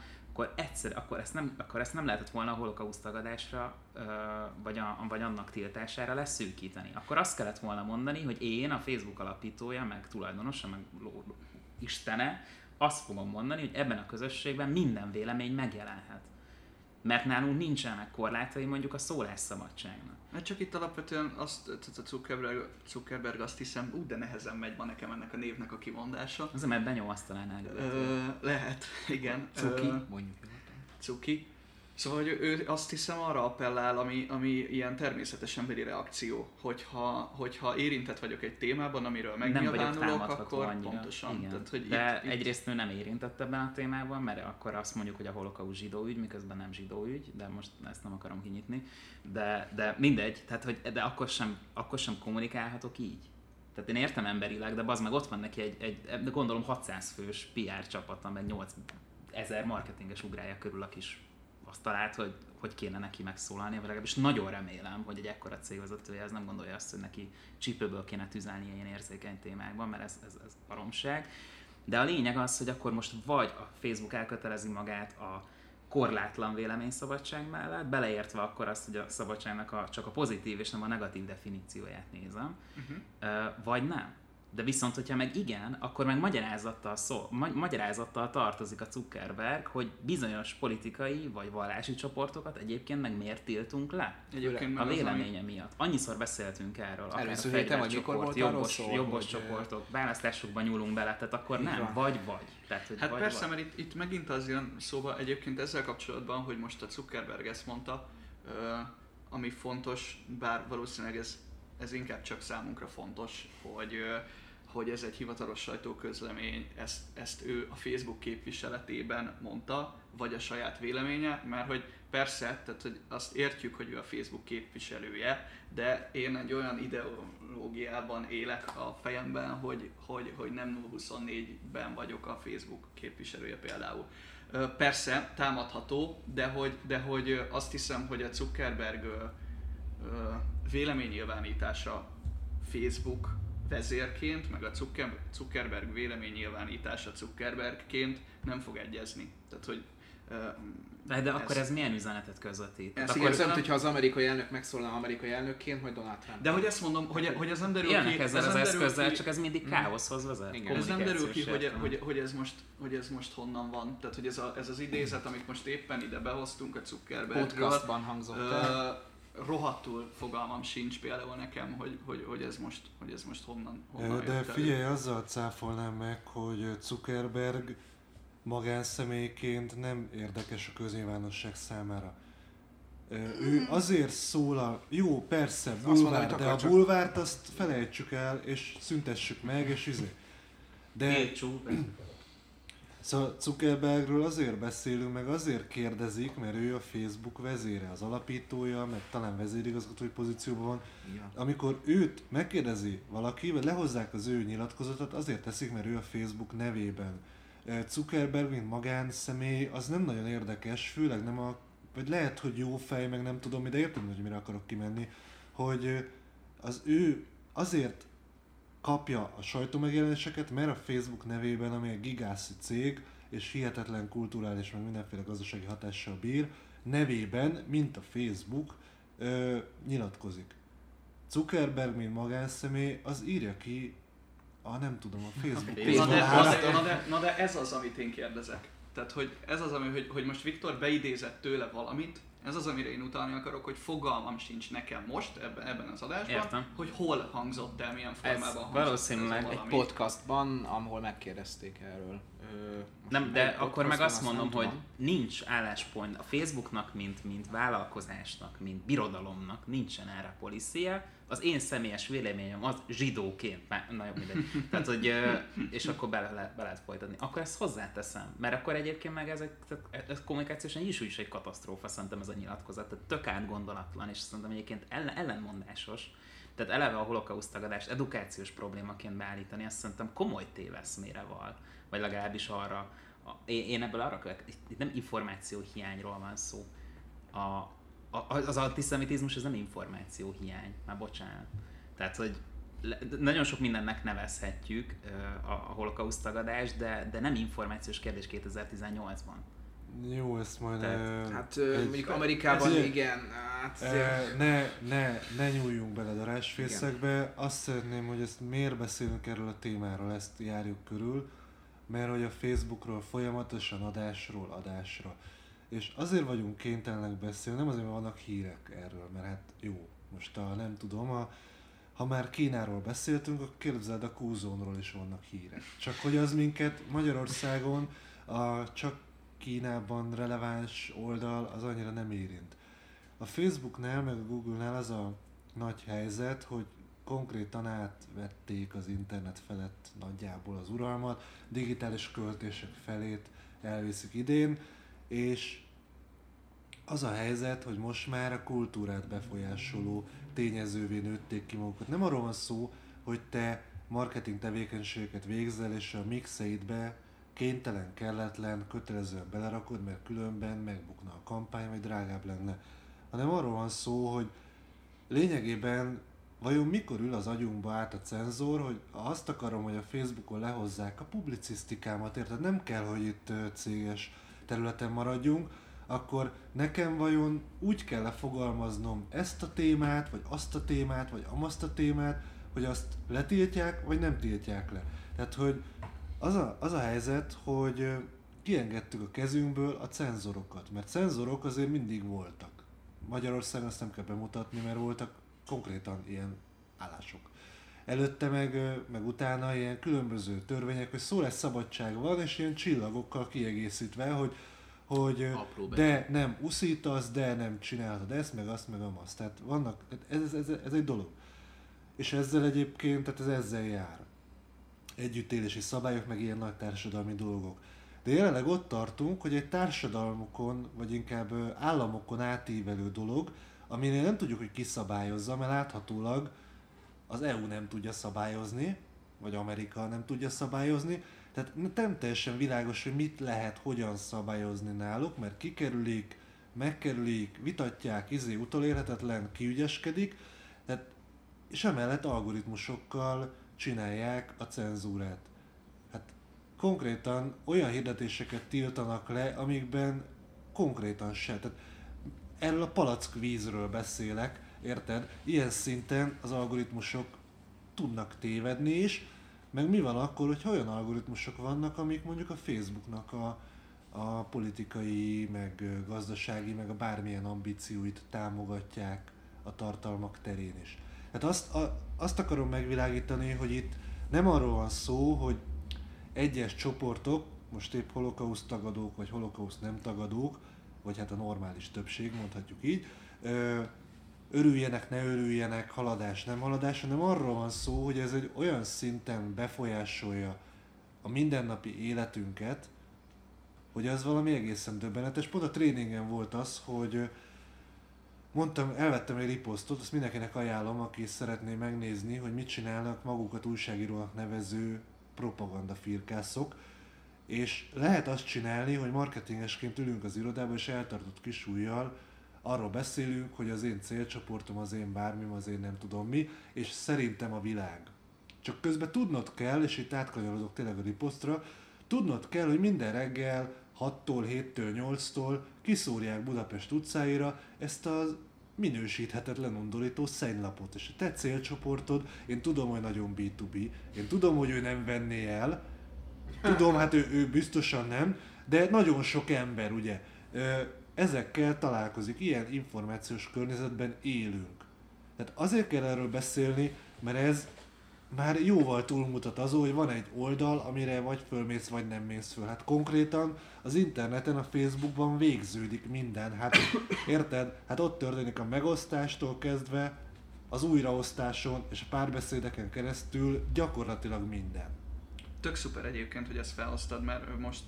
akkor ezt nem lehetett volna a holokauszt tagadásra, vagy annak tiltására leszűkíteni. Akkor azt kellett volna mondani, hogy én, a Facebook alapítója, meg tulajdonosa, meg istene, azt fogom mondani, hogy ebben a közösségben minden vélemény megjelenhet. Mert nálunk nincsenek korlátai mondjuk a szólásszabadságnak. Mert csak itt alapvetően a Zuckerberg azt hiszem, de nehezen megy ma nekem ennek a névnek a kimondása. Azért, mert benyomsz talán lehet, igen. Cuki, mondjuk. Cuki. Szóval, hogy ő azt hiszem arra appellál, ami ilyen természetes emberi reakció, hogyha érintett vagyok egy témában, amiről megnyilvánulok, akkor annyira. Pontosan. Igen. Tehát, hogy de egyrészt ő nem érintett ebben a témában, mert akkor azt mondjuk, hogy a holokauszt zsidó ügy, miközben nem zsidó ügy, de most ezt nem akarom kinyitni. De mindegy, tehát, hogy, de akkor sem kommunikálhatok így. Tehát én értem emberileg, de bazd meg ott van neki egy gondolom 600 fős PR csapata, meg 8000 marketinges ugrálja körül a kis asztalát, hogy kéne neki megszólalni, vagy legalábbis nagyon remélem, hogy egy ekkora cégvezetője ez nem gondolja azt, hogy neki csípőből kéne tüzelni ilyen érzékeny témákban, mert ez baromság. De a lényeg az, hogy akkor most vagy a Facebook elkötelezi magát a korlátlan véleményszabadság mellett, beleértve akkor azt, hogy a szabadságnak csak a pozitív és nem a negatív definícióját nézem, vagy nem. De viszont, hogyha meg igen, akkor meg magyarázattal tartozik a Zuckerberg, hogy bizonyos politikai vagy vallási csoportokat egyébként meg miért tiltunk le a véleménye miatt. Annyiszor beszéltünk erről, akár a fegyvercsoport, jobbos csoportok, választásokban nyúlunk bele, tehát akkor nem, vagy. Tehát, hogy hát vagy, persze, vagy. mert itt megint az jön szóba egyébként ezzel kapcsolatban, hogy most a Zuckerberg ezt mondta, ami fontos, bár valószínűleg ez inkább csak számunkra fontos, hogy ez egy hivatalos sajtóközlemény, ezt ő a Facebook képviseletében mondta, vagy a saját véleménye, mert hogy persze, tehát hogy azt értjük, hogy ő a Facebook képviselője, de én egy olyan ideológiában élek a fejemben, hogy nem 024-ben vagyok a Facebook képviselője például. Persze, támadható, de hogy azt hiszem, hogy a Zuckerberg véleménynyilvánítása Facebook vezérként, meg a Zuckerberg véleménynyilvánítása Zuckerbergként nem fog egyezni. Tehát, hogy de akkor ez milyen üzenetet közvetít? Ez akkor olyan, hogyha az amerikai elnök megszólal amerikai elnökként, majd Donald Trump. De hogy ezt mondom, hogy ez nem derül ki... Élnek ezzel az eszközzel, csak ez mindig káoszhoz vezet. Ez nem derül ki, hogy ez most honnan van. Tehát, hogy ez az idézet, amit most éppen ide behoztunk a Zuckerbergről. Podcastban hangzott el. Rohadtul fogalmam sincs például nekem, hogy ez most honnan de jött figyelj, azzal cáfolnám meg, hogy Zuckerberg magánszemélyként nem érdekes a köznyilvánosság számára. Ő azért szólal, jó persze, bulvár, de a bulvárt azt felejtsük el, és szüntessük meg, és de szóval Zuckerbergről azért beszélünk, meg azért kérdezik, mert ő a Facebook vezére, az alapítója, meg talán vezérigazgatói pozícióban van. Ja. Amikor őt megkérdezi valaki, vagy lehozzák az ő nyilatkozatot, azért teszik, mert ő a Facebook nevében. Zuckerberg, mint magánszemély, az nem nagyon érdekes, főleg nem vagy lehet, hogy jó fej, meg nem tudom, de értem, hogy mire akarok kimenni, hogy az ő azért kapja a sajtómegjelenéseket, mert a Facebook nevében, ami egy gigászi cég, és hihetetlen kulturális, meg mindenféle gazdasági hatással bír, nevében, mint a Facebook, nyilatkozik. Zuckerberg, mint magánszemély, az írja ki nem tudom, a Facebook. Na de ez az, amit én kérdezek. Tehát, hogy ez az, hogy most Viktor beidézett tőle valamit, ez az, amire én utalni akarok, hogy fogalmam sincs nekem most ebben az adásban, értem, hogy hol hangzott el, milyen formában hangzott valószínűleg egy podcastban, ahol megkérdezték erről. Nem, de akkor meg azt mondom, hogy nincs álláspont. A Facebooknak, mint vállalkozásnak, mint birodalomnak nincsen erre policia. Az én személyes véleményem az zsidóként, na jobb mindegy. Tehát, hogy, és akkor be lehet folytatni. Akkor ezt hozzáteszem, mert akkor egyébként meg ez kommunikációsan is egy katasztrófa, szerintem ez a nyilatkozat. Tehát tök átgondolatlan, és szerintem egyébként ellenmondásos. Tehát eleve a holokauszt tagadást edukációs problémaként beállítani, azt szerintem komoly téveszmére val. Vagy legalábbis arra, én ebből arra következem, itt nem információ hiányról van szó. Az antiszemitizmus ez nem információ hiány, már bocsánat. Tehát, hogy nagyon sok mindennek nevezhetjük a holokauszt tagadást, de nem információs kérdés 2018-ban. Jó, ezt majd... mondjuk Amerikában igen. Ne nyúljunk bele darásfészekbe. Azt szeretném, hogy ezt miért beszélünk erről a témáról, ezt járjuk körül, mert hogy a Facebookról folyamatosan adásra. És azért vagyunk kénytelenek beszélni, nem azért, mert vannak hírek erről, mert hát jó, most nem tudom, ha már Kínáról beszéltünk, akkor képzeld, a Q-Zone-ról is vannak hírek. Csak hogy az minket Magyarországon csak Kínában releváns oldal az annyira nem érint. A Facebooknál, meg a Google-nál az a nagy helyzet, hogy konkrétan átvették az internet felett nagyjából az uralmat, digitális költések felét elviszik idén, és az a helyzet, hogy most már a kultúrát befolyásoló tényezővé nőtték ki magukat. Nem arról van szó, hogy te marketing tevékenységeket végzel, és a mixeidbe kénytelen, kelletlen, kötelezően belerakod, mert különben megbukna a kampány, vagy drágább lenne. Hanem arról van szó, hogy lényegében vajon mikor ül az agyunkba át a cenzor, hogy azt akarom, hogy a Facebookon lehozzák a publicisztikámat, érted? Nem kell, hogy itt céges területen maradjunk, akkor nekem vajon úgy kell lefogalmaznom ezt a témát, vagy azt a témát, vagy amazt a témát, hogy azt letiltják, vagy nem tiltják le. Tehát, hogy az a helyzet, hogy kiengedtük a kezünkből a cenzorokat, mert cenzorok azért mindig voltak. Magyarországon azt nem kell bemutatni, mert voltak konkrétan ilyen állások. Előtte meg utána ilyen különböző törvények, hogy szólásszabadság van, és ilyen csillagokkal kiegészítve, hogy de nem uszítasz, de nem csinálhatod ezt, meg azt, meg amazt. Tehát vannak, ez egy dolog. És ezzel egyébként, tehát ez ezzel jár. Együttélési szabályok, meg ilyen nagy társadalmi dolgok. De jelenleg ott tartunk, hogy egy társadalmokon, vagy inkább államokon átívelő dolog, aminél nem tudjuk, hogy ki szabályozza, mert láthatólag az EU nem tudja szabályozni, vagy Amerika nem tudja szabályozni, tehát nem teljesen világos, hogy mit lehet, hogyan szabályozni náluk, mert kikerülik, megkerülik, vitatják, utolérhetetlen, kiügyeskedik, tehát, és emellett algoritmusokkal csinálják a cenzúrát. Hát konkrétan olyan hirdetéseket tiltanak le, amikben konkrétan se. Tehát erről a palackvízről beszélek, érted? Ilyen szinten az algoritmusok tudnak tévedni is, meg mi van akkor, hogy olyan algoritmusok vannak, amik mondjuk a Facebooknak a politikai, meg gazdasági, meg a bármilyen ambícióit támogatják a tartalmak terén is. Hát azt akarom megvilágítani, hogy itt nem arról van szó, hogy egyes csoportok, most épp holokauszt tagadók, vagy holokauszt nem tagadók, vagy hát a normális többség, mondhatjuk így, örüljenek, ne örüljenek, haladás, nem haladás, hanem arról van szó, hogy ez egy olyan szinten befolyásolja a mindennapi életünket, hogy az valami egészen döbbenetes. Pont a tréningen volt az, hogy elvettem egy riposztot, azt mindenkinek ajánlom, aki szeretné megnézni, hogy mit csinálnak magukat újságírónak nevező propagandafirkászok, és lehet azt csinálni, hogy marketingesként ülünk az irodában, és eltartott kis ujjal arról beszélünk, hogy az én célcsoportom, az én bármim, az én nem tudom mi, és szerintem a világ. Csak közben tudnod kell, és itt átkanyarodok tényleg a riposztra, tudnod kell, hogy minden reggel 6-tól, 7-től, 8-tól kiszórják Budapest utcáira ezt a minősíthetetlen undorító szennylapot. És a te célcsoportod, én tudom, hogy nagyon B2B, én tudom, hogy ő nem venné el, tudom, hát ő biztosan nem, de nagyon sok ember, ugye, ezekkel találkozik, ilyen információs környezetben élünk. Tehát azért kell erről beszélni, mert ez már jóval túlmutat azon, hogy van egy oldal, amire vagy fölmész, vagy nem mész föl. Hát konkrétan az interneten, a Facebookban végződik minden. Hát érted? Hát ott történik a megosztástól kezdve, az újraosztáson és a párbeszédeken keresztül gyakorlatilag minden. Tök szuper egyébként, hogy ezt felhoztad, mert most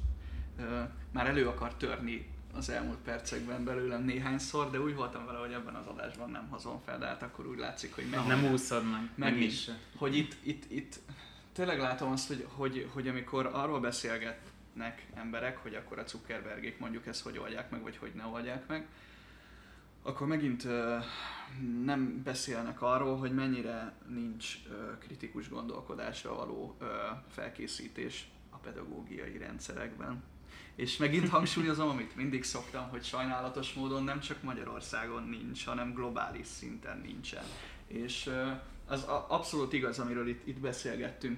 már elő akar törni az elmúlt percekben belőlem néhányszor, de úgy voltam vele, hogy ebben az adásban nem hozom fel, de hát akkor úgy látszik, hogy nem úszod meg is. Hogy itt tényleg látom azt, hogy amikor arról beszélgetnek emberek, hogy akkor a Zuckerbergék mondjuk ezt hogy oldják meg, vagy hogy ne oldják meg, akkor megint nem beszélnek arról, hogy mennyire nincs kritikus gondolkodásra való felkészítés a pedagógiai rendszerekben. És megint hangsúlyozom, amit mindig szoktam, hogy sajnálatos módon nem csak Magyarországon nincs, hanem globális szinten nincsen. És az abszolút igaz, amiről itt beszélgettünk,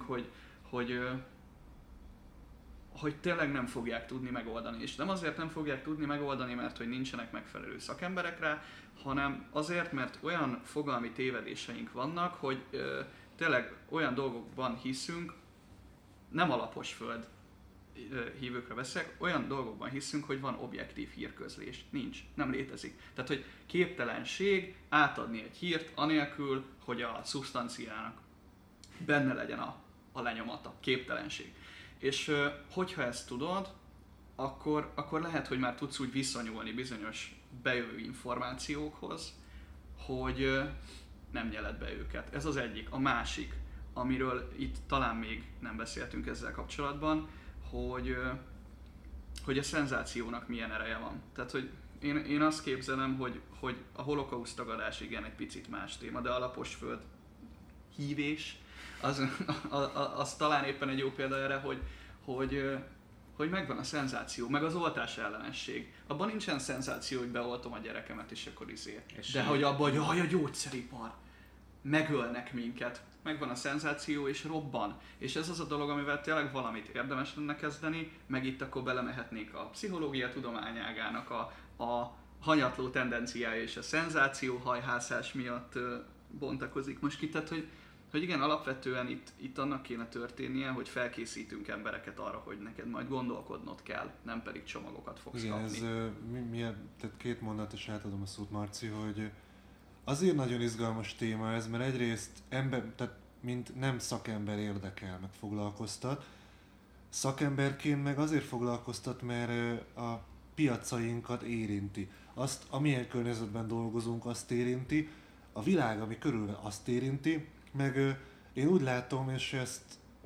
hogy tényleg nem fogják tudni megoldani. És nem azért nem fogják tudni megoldani, mert hogy nincsenek megfelelő szakemberek rá, hanem azért, mert olyan fogalmi tévedéseink vannak, hogy tényleg olyan dolgokban hiszünk, nem alapos föld hívőkre beszélek, olyan dolgokban hiszünk, hogy van objektív hírközlés. Nincs, nem létezik. Tehát, hogy képtelenség átadni egy hírt anélkül, hogy a szubstanciának benne legyen a lenyomata. Képtelenség. És hogyha ezt tudod, akkor lehet, hogy már tudsz úgy viszonyulni bizonyos bejövő információkhoz, hogy nem nyeled be őket. Ez az egyik. A másik, amiről itt talán még nem beszéltünk ezzel kapcsolatban, hogy a szenzációnak milyen ereje van. Tehát, hogy én azt képzelem, hogy a holokauszt tagadás igen egy picit más téma, de a laposföld hívés, az talán éppen egy jó példa erre, hogy megvan a szenzáció, meg az oltás ellenesség. Abban nincsen szenzáció, hogy beoltom a gyerekemet, és akkor de hogy abban, hogy a gyógyszeripar, megölnek minket. Megvan a szenzáció, és robban. És ez az a dolog, amivel tényleg valamit érdemes lenne kezdeni, meg itt akkor belemehetnék a pszichológia tudományágának a hanyatló tendenciája és a szenzációhajhászás miatt bontakozik most ki. Tehát, hogy igen, alapvetően itt annak kéne történnie, hogy felkészítünk embereket arra, hogy neked majd gondolkodnod kell, nem pedig csomagokat fogsz kapni. Igen, tehát két mondat, és átadom a szót, Marci, hogy azért nagyon izgalmas téma ez, mert egyrészt tehát mint nem szakember érdekel, meg foglalkoztat. Szakemberként meg azért foglalkoztat, mert a piacainkat érinti. Azt, amilyen környezetben dolgozunk, azt érinti, a világ, ami körül azt érinti, meg én úgy látom, és ezt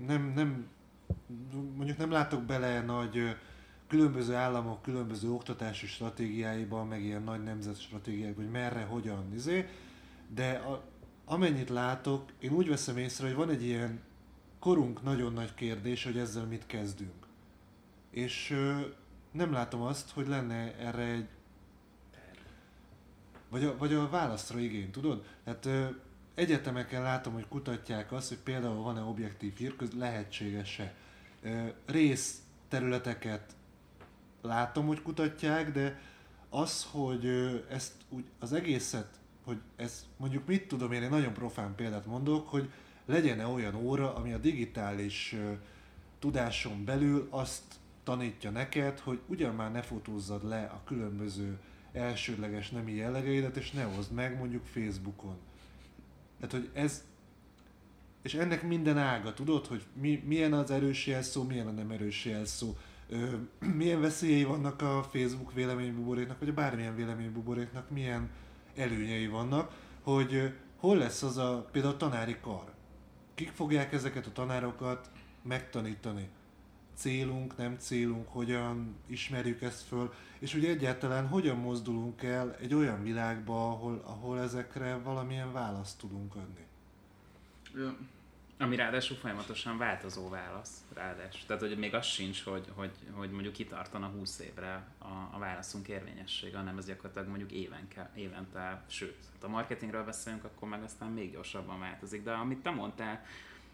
mondjuk nem látok bele nagy különböző államok, különböző oktatási stratégiáiban, meg ilyen nagy nemzetstratégiákban, hogy merre, hogyan, de amennyit látok, én úgy veszem észre, hogy van egy ilyen korunk nagyon nagy kérdés, hogy ezzel mit kezdünk. És nem látom azt, hogy lenne erre egy... Vagy a válaszra igény, tudod? Hát egyetemeken látom, hogy kutatják azt, hogy például van-e objektív hírközlés, lehetséges-e. Részterületeket látom, hogy kutatják, de az, hogy ezt úgy az egészet, hogy ez mondjuk mit tudom én, egy nagyon profán példát mondok, hogy legyen-e olyan óra, ami a digitális tudáson belül azt tanítja neked, hogy ugyan már ne fotózzad le a különböző elsődleges nemi jellegeidet, és ne hozd meg mondjuk Facebookon. Tehát, hogy ez... És ennek minden ága, tudod, hogy milyen az erős jelszó, milyen a nem erős jelszó, milyen veszélyei vannak a Facebook véleménybuboréknak, vagy a bármilyen véleménybuboréknak, milyen előnyei vannak, hogy hol lesz az a például tanári kar. Kik fogják ezeket a tanárokat megtanítani? Célunk, nem célunk, hogyan ismerjük ezt föl, és ugye egyáltalán hogyan mozdulunk el egy olyan világba, ahol ezekre valamilyen választ tudunk adni. Ami ráadásul folyamatosan változó válasz, ráadásul. Tehát, hogy még az sincs, hogy mondjuk kitartana 20 évre a válaszunk érvényessége, hanem ez gyakorlatilag mondjuk évente, sőt, ha a marketingről beszélünk, akkor meg aztán még gyorsabban változik. De amit te mondtál,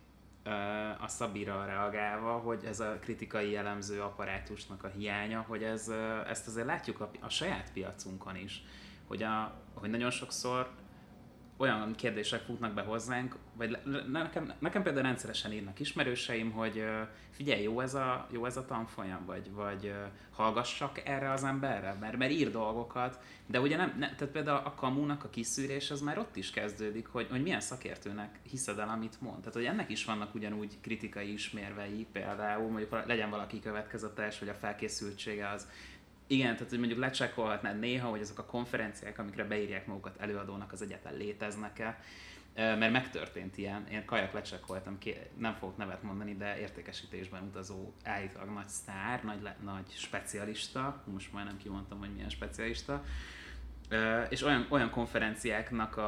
a Szabira reagálva, hogy ez a kritikai jellemző apparátusnak a hiánya, hogy ezt azért látjuk a saját piacunkon is, hogy nagyon sokszor olyan kérdések futnak be hozzánk, vagy nekem például rendszeresen írnak ismerőseim, hogy figyelj, jó ez a tanfolyam, vagy hallgassak erre az emberre, mert ír dolgokat, de ugye nem, tehát például a Kamúnak a kiszűrés az már ott is kezdődik, hogy milyen szakértőnek hiszed el, amit mond. Tehát, hogy ennek is vannak ugyanúgy kritikai ismérvei, például mondjuk legyen valaki következetes, vagy a felkészültsége az. Igen, tehát hogy mondjuk lecsekkolhatnád néha, hogy azok a konferenciák, amikre beírják magukat előadónak, az egyáltalán léteznek-e, mert megtörtént ilyen. Én kajak lecsekkoltam, nem fogok nevet mondani, de értékesítésben utazó, állítólag nagy sztár, nagy specialista, most majdnem kimondtam, hogy milyen specialista, és olyan konferenciáknak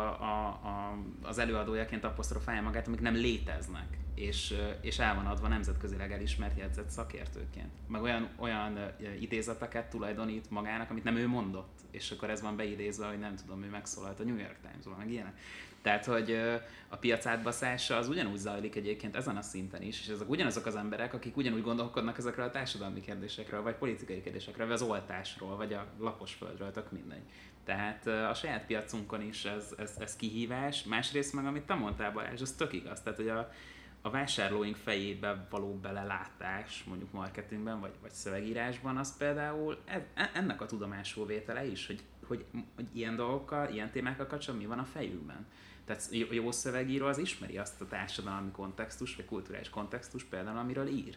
az előadójaként apostrofálja magát, amik nem léteznek, és el van adva nemzetközileg elismert jegyzett szakértőként. Meg olyan idézeteket tulajdonít magának, amit nem ő mondott, és akkor ez van beidézve, hogy nem tudom, ő megszólalt a New York Times-ban, meg ilyenek. Tehát, hogy a piac átbaszása az ugyanúgy zajlik egyébként ezen a szinten is, és ezek ugyanazok az emberek, akik ugyanúgy gondolkodnak ezekről a társadalmi kérdésekről, vagy politikai kérdésekről, vagy az oltásról, vagy a laposföldről, tök mindegy. Tehát a saját piacunkon is ez kihívás, másrészt meg, amit te mondtál, Balázs, az tök igaz. Tehát, hogy a vásárlóink fejébe való belelátás, mondjuk marketingben, vagy szövegírásban, az például ennek a tudomásul vétele is, hogy ilyen dolgokkal, ilyen témákkal kapcsolatban mi van a fejükben. Tehát jó szövegíró az ismeri azt a társadalmi kontextust, vagy kulturális kontextust például, amiről ír.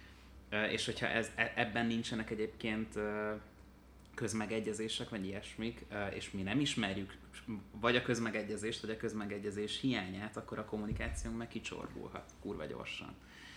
És hogyha ebben nincsenek egyébként közmegegyezések, vagy ilyesmik, és mi nem ismerjük vagy a közmegegyezést, vagy a közmegegyezés hiányát, akkor a kommunikációnk meg kicsorbulhat kurva gyorsan.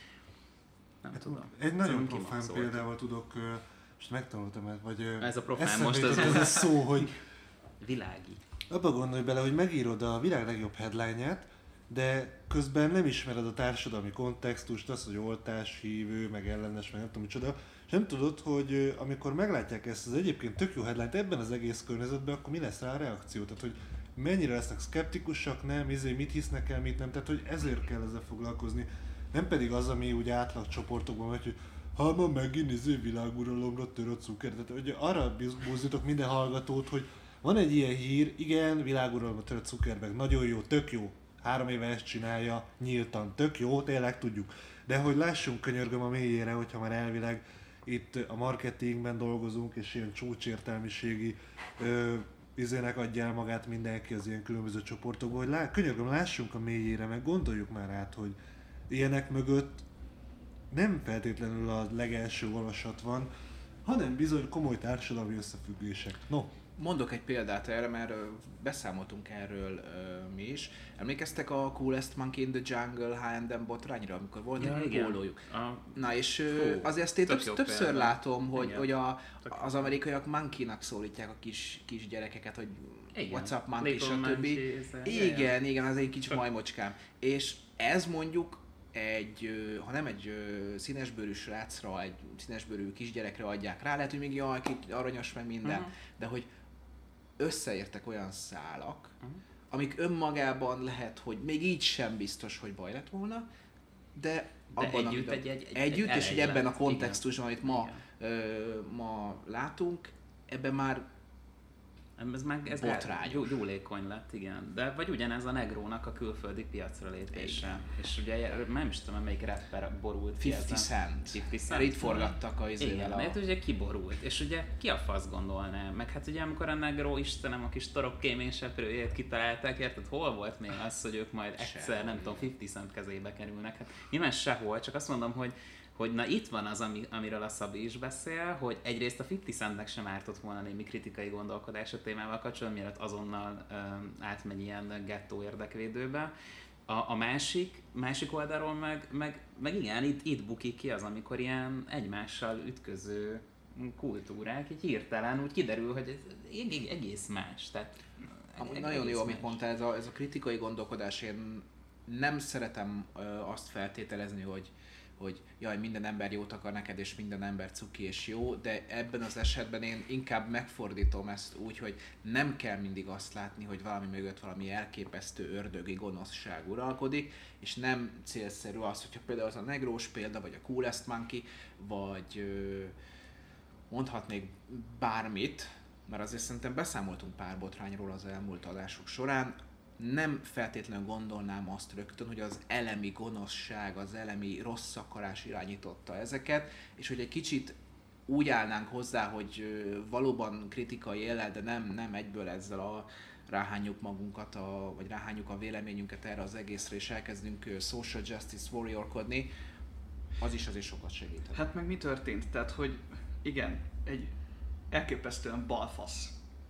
Nem tudom. Egy nagyon profán példával tudok, most megtanultam, vagy ez a profán most ez a szó, hogy világi. Abba gondolj bele, hogy megírod a világ legjobb headline-ját, de közben nem ismered a társadalmi kontextust, az, hogy oltás, hívő, meg ellenes, meg nem tudom micsoda, és nem tudod, hogy amikor meglátják ezt az egyébként tök jó headline-t ebben az egész környezetben, akkor mi lesz rá a reakció, tehát hogy mennyire lesznek szkeptikusak, nem, mit hisznek el, mit nem, tehát hogy ezért kell ezzel foglalkozni, nem pedig az, ami úgy átlag csoportokban megy, hogy ma megint világuralomra tör a cukor, tehát hogy arra buzdítok minden hallgatót, hogy van egy ilyen hír, igen, világuralomra tör a Zuckerberg, nagyon jó, tök jó, 3 éve ezt csinálja, nyíltan, tök jó, tényleg tudjuk. De hogy lássunk, könyörgöm a mélyére, hogyha már elvileg itt a marketingben dolgozunk, és ilyen csúcsértelmiségi izének adja el magát mindenki az ilyen különböző csoportokból, hogy könyörgöm, lássunk a mélyére, meg gondoljuk már át, hogy ilyenek mögött nem feltétlenül a legelső olvasat van, hanem bizony komoly társadalmi összefüggések. No. Mondok egy példát erre, mert beszámoltunk erről mi is. Emlékeztek a Coolest Monkey in the Jungle H&M botrányra, amikor volt egy pólójuk? Na és azért ezt én többször látom, hogy az amerikaiak monkeynak szólítják a kis gyerekeket, hogy what's up monkey, és a többi. Igen, az egy kicsi majmocskám. És ez mondjuk ha nem egy színesbőrű srácra, egy színesbőrű kisgyerekre adják rá, lehet, hogy még jaj, aranyos meg minden, de hogy összeértek olyan szálak, amik önmagában lehet, hogy még így sem biztos, hogy baj lett volna, de abban, együtt és hogy ebben a kontextusban, amit ma látunk, ebben már ez gyúlékony lett, igen. De vagy ugyanez a Negrónak a külföldi piacra lépése. És ugye nem is tudom, melyik rapper borult 50 Cent. Itt forgattak a izével. Igen, mert ugye kiborult. És ugye ki a fasz gondolná? Meg hát ugye amikor a Negró Istenem a kis torok kéményseprőjét kitalálták, érted? Hol volt még az, hogy ők majd egyszer, nem tudom, 50 Cent kezébe kerülnek? Hát nyilván sehol, csak azt mondom, hogy na itt van az, amiről a Szabi is beszél, hogy egyrészt a 50 Centnek sem ártott volna némi kritikai gondolkodás a témával kapcsolatban, mielőtt azonnal átmegy ilyen gettó érdekvédőbe. A másik oldalról meg igen, itt bukik ki az, amikor ilyen egymással ütköző kultúrák, így hirtelen úgy kiderül, hogy ez egész más. Tehát nagyon jó, amit mondtál, ez a kritikai gondolkodás, én nem szeretem azt feltételezni, hogy jaj, minden ember jót akar neked, és minden ember cuki és jó, de ebben az esetben én inkább megfordítom ezt úgy, hogy nem kell mindig azt látni, hogy valami mögött valami elképesztő ördögi gonoszság uralkodik, és nem célszerű az, hogyha például az a Negrós példa, vagy a Coolest Monkey, vagy mondhatnék bármit, mert azért szerintem beszámoltunk pár botrányról az elmúlt adások során, nem feltétlenül gondolnám azt rögtön, hogy az elemi gonoszság, az elemi rossz akarás irányította ezeket, és hogy egy kicsit úgy állnánk hozzá, hogy valóban kritikai éllel, de nem egyből ezzel ráhányjuk magunkat, vagy ráhányjuk a véleményünket erre az egészre, és elkezdünk social justice warriorkodni, az is azért sokat segít. Hát meg mi történt? Tehát, hogy igen, egy elképesztően balfasz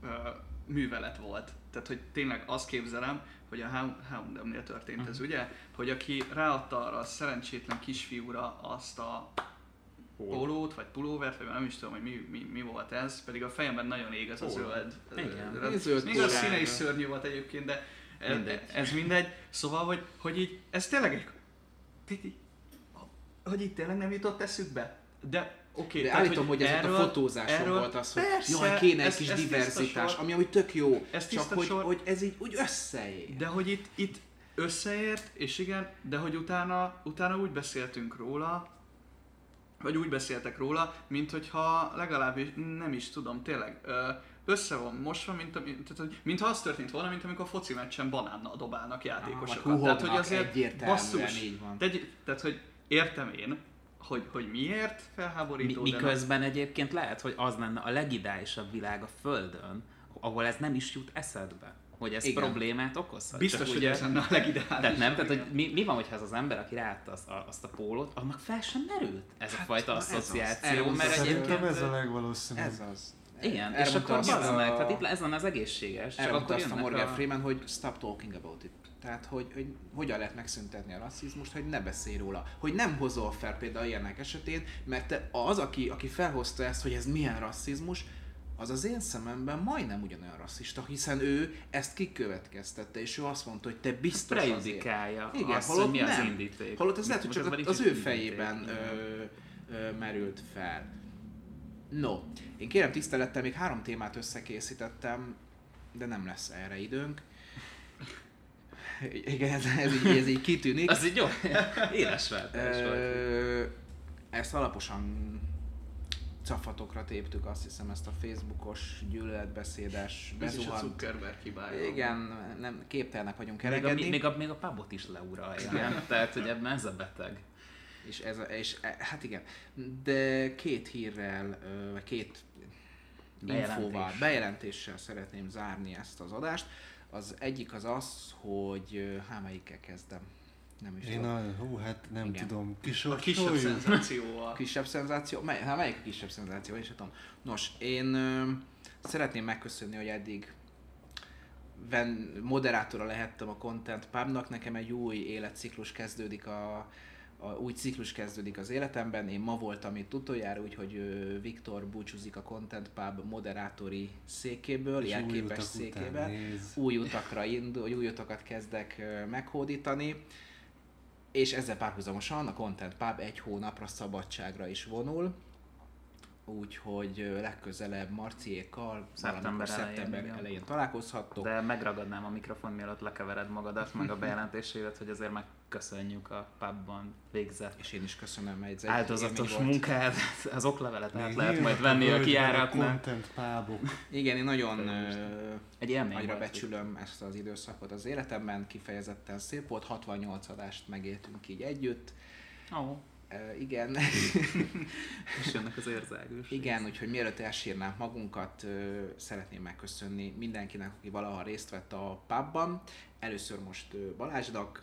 művelet volt. Tehát, hogy tényleg azt képzelem, hogy a H&M-nél történt ez, ugye? Hogy aki ráadta arra a szerencsétlen kisfiúra azt a pólót, vagy pulóvert, vagy nem is tudom, hogy mi volt ez, pedig a fejemben nagyon ég az a zöld. Még a színe is szörnyű volt egyébként, de ez mindegy. Szóval, hogy így, ez tényleg hogy így tényleg nem jutott eszükbe. De oké, de állítom, hogy ez a fotózáson volt az, hogy jaj, kéne egy kis diverzitás, ami amúgy tök jó, csak hogy ez így úgy összeér. De hogy itt összeért, és igen, de hogy utána úgy beszéltünk róla, vagy úgy beszéltek róla, mint hogyha legalábbis, nem is tudom, tényleg össze van mosva, mintha az történt volna, mint amikor a foci meccsen banánnal dobálnak játékosokat. Tehát, hogy azért basszus, így van. Tehát, hogy értem én, hogy miért felháborító. Miközben egyébként lehet, hogy az lenne a legideálisabb világ a Földön, ahol ez nem is jut eszedbe, hogy ez problémát okozhat. Biztos, hogy ez lenne a legideálisabb. Tehát hogy mi van, hogyha az az ember, aki ráadta azt a pólót, annak fel sem merült ez a fajta asszociáció, mert egyébként ez a legvalószínűbb. Ez az. Igen, és akkor bazd meg, tehát itt ez lenne az egészséges. Erre mondta azt a Morgan Freeman, hogy stop talking about it. Tehát, hogy hogyan lehet megszüntetni a rasszizmust, hogy ne beszélj róla. Hogy nem hozol fel például ilyenek esetén, mert az, aki felhozta ezt, hogy ez milyen rasszizmus, az én szememben majdnem ugyanolyan rasszista, hiszen ő ezt kikövetkeztette, és ő azt mondta, hogy te biztos azért. Prejudikálja azt, hogy mi az indíték. Holott ez lehet, hogy csak az ő fejében merült fel. No, én kérem tisztelettel, még 3 témát összekészítettem, de nem lesz erre időnk. Igen, ez így kitűnik. Az így jó, éles váltás volt. Ezt alaposan cafatokra téptük, azt hiszem, ezt a Facebookos gyűlöletbeszédes bezuhant. Ez is a Zuckerberg hibája. Igen, nem, képtelenek vagyunk elegedni. Még a pubot is leuralja, nem? Tehát, hogy ebben ez a beteg. Hát igen, de 2 hírrel, vagy 2 infóval, bejelentéssel szeretném zárni ezt az adást. Az egyik az, hogy melyikkel kezdem? Nem is tudom. Nem igen. Tudom. Kisebb szenzációval. Kisebb szenzáció? Melyik a kisebb szenzáció? Én sem tudom. Nos, én szeretném megköszönni, hogy eddig moderátora lehettem a Content Pubnak. Nekem egy új életciklus kezdődik új ciklus kezdődik az életemben. Én ma voltam itt utoljára, úgyhogy Viktor búcsúzik a Content Pub moderátori székéből, jelképes székéből. Új utakat kezdek meghódítani, és ezzel párhuzamosan a Content Pub 1 hónapra szabadságra is vonul. Úgyhogy legközelebb Marciékkal szeptember elején találkozhattok. De megragadnám a mikrofon, mielőtt lekevered magadat, meg a bejelentésédet, hogy azért megköszönjük a pubban végzett. És én is köszönöm, egy áldozatos munkád, az oklevelet át lehet majd venni a kijáratnál. Igen, én nagyon nagyra becsülöm ezt az időszakot az életemben, kifejezetten szép volt, 68 adást megéltünk így együtt. Igen. És jönnek az érzelgős. Igen, úgyhogy mielőtt elsírnánk magunkat, szeretném megköszönni mindenkinek, aki valaha részt vett a pubban. Először most Balázsnak.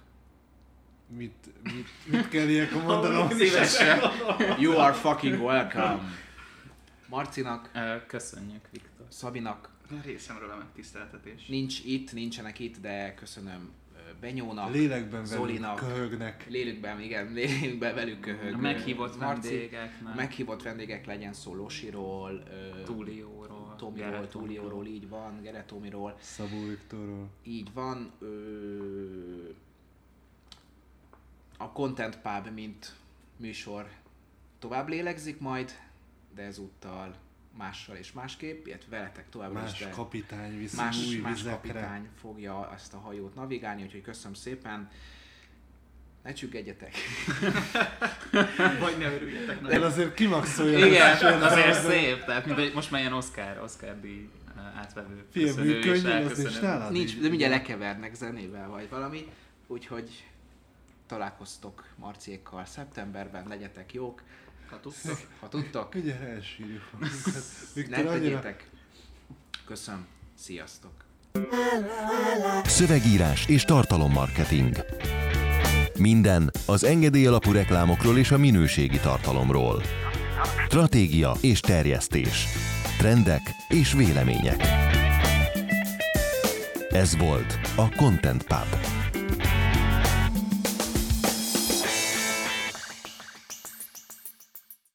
Mit kell ilyenkor mondanom? Szívesen. You are fucking welcome. Marcinak. Köszönjük, Viktor. Szabinak. Részemről a megtiszteltetés. nincsenek itt, de köszönöm Benyónak, lélekben Zolinak, köhögnek. Lélekben velük köhög. Meghívott vendégeknek. Meghívott vendégek, legyen szó Losiról, Tulióról, Tomiról, Tulióról, így van, Geretomiról. Szabó Viktorról. Így van. A Content Pub, mint műsor tovább lélegzik majd, de ezúttal mással és másképp, illetve veletek továbbra is, de kapitány viszi más vizekre. kapitány fogja ezt a hajót navigálni, úgyhogy köszönöm szépen. Ne csüggedjetek. Vagy ne örüljetek. De azért kimaxolja. Igen, azért szép, tehát mint most már ilyen Oscar díj átvevő köszönő és elköszönő. Nincs, de mindjárt lekevernek zenével vagy valami, úgyhogy találkoztok Marciékkal szeptemberben, legyetek jók. Ha tudtok. Ugye elsírjuk. Ne tegyétek. Köszönöm. Sziasztok. Szövegírás és tartalommarketing. Minden az engedélyalapú reklámokról és a minőségi tartalomról. Stratégia és terjesztés. Trendek és vélemények. Ez volt a Content Pub.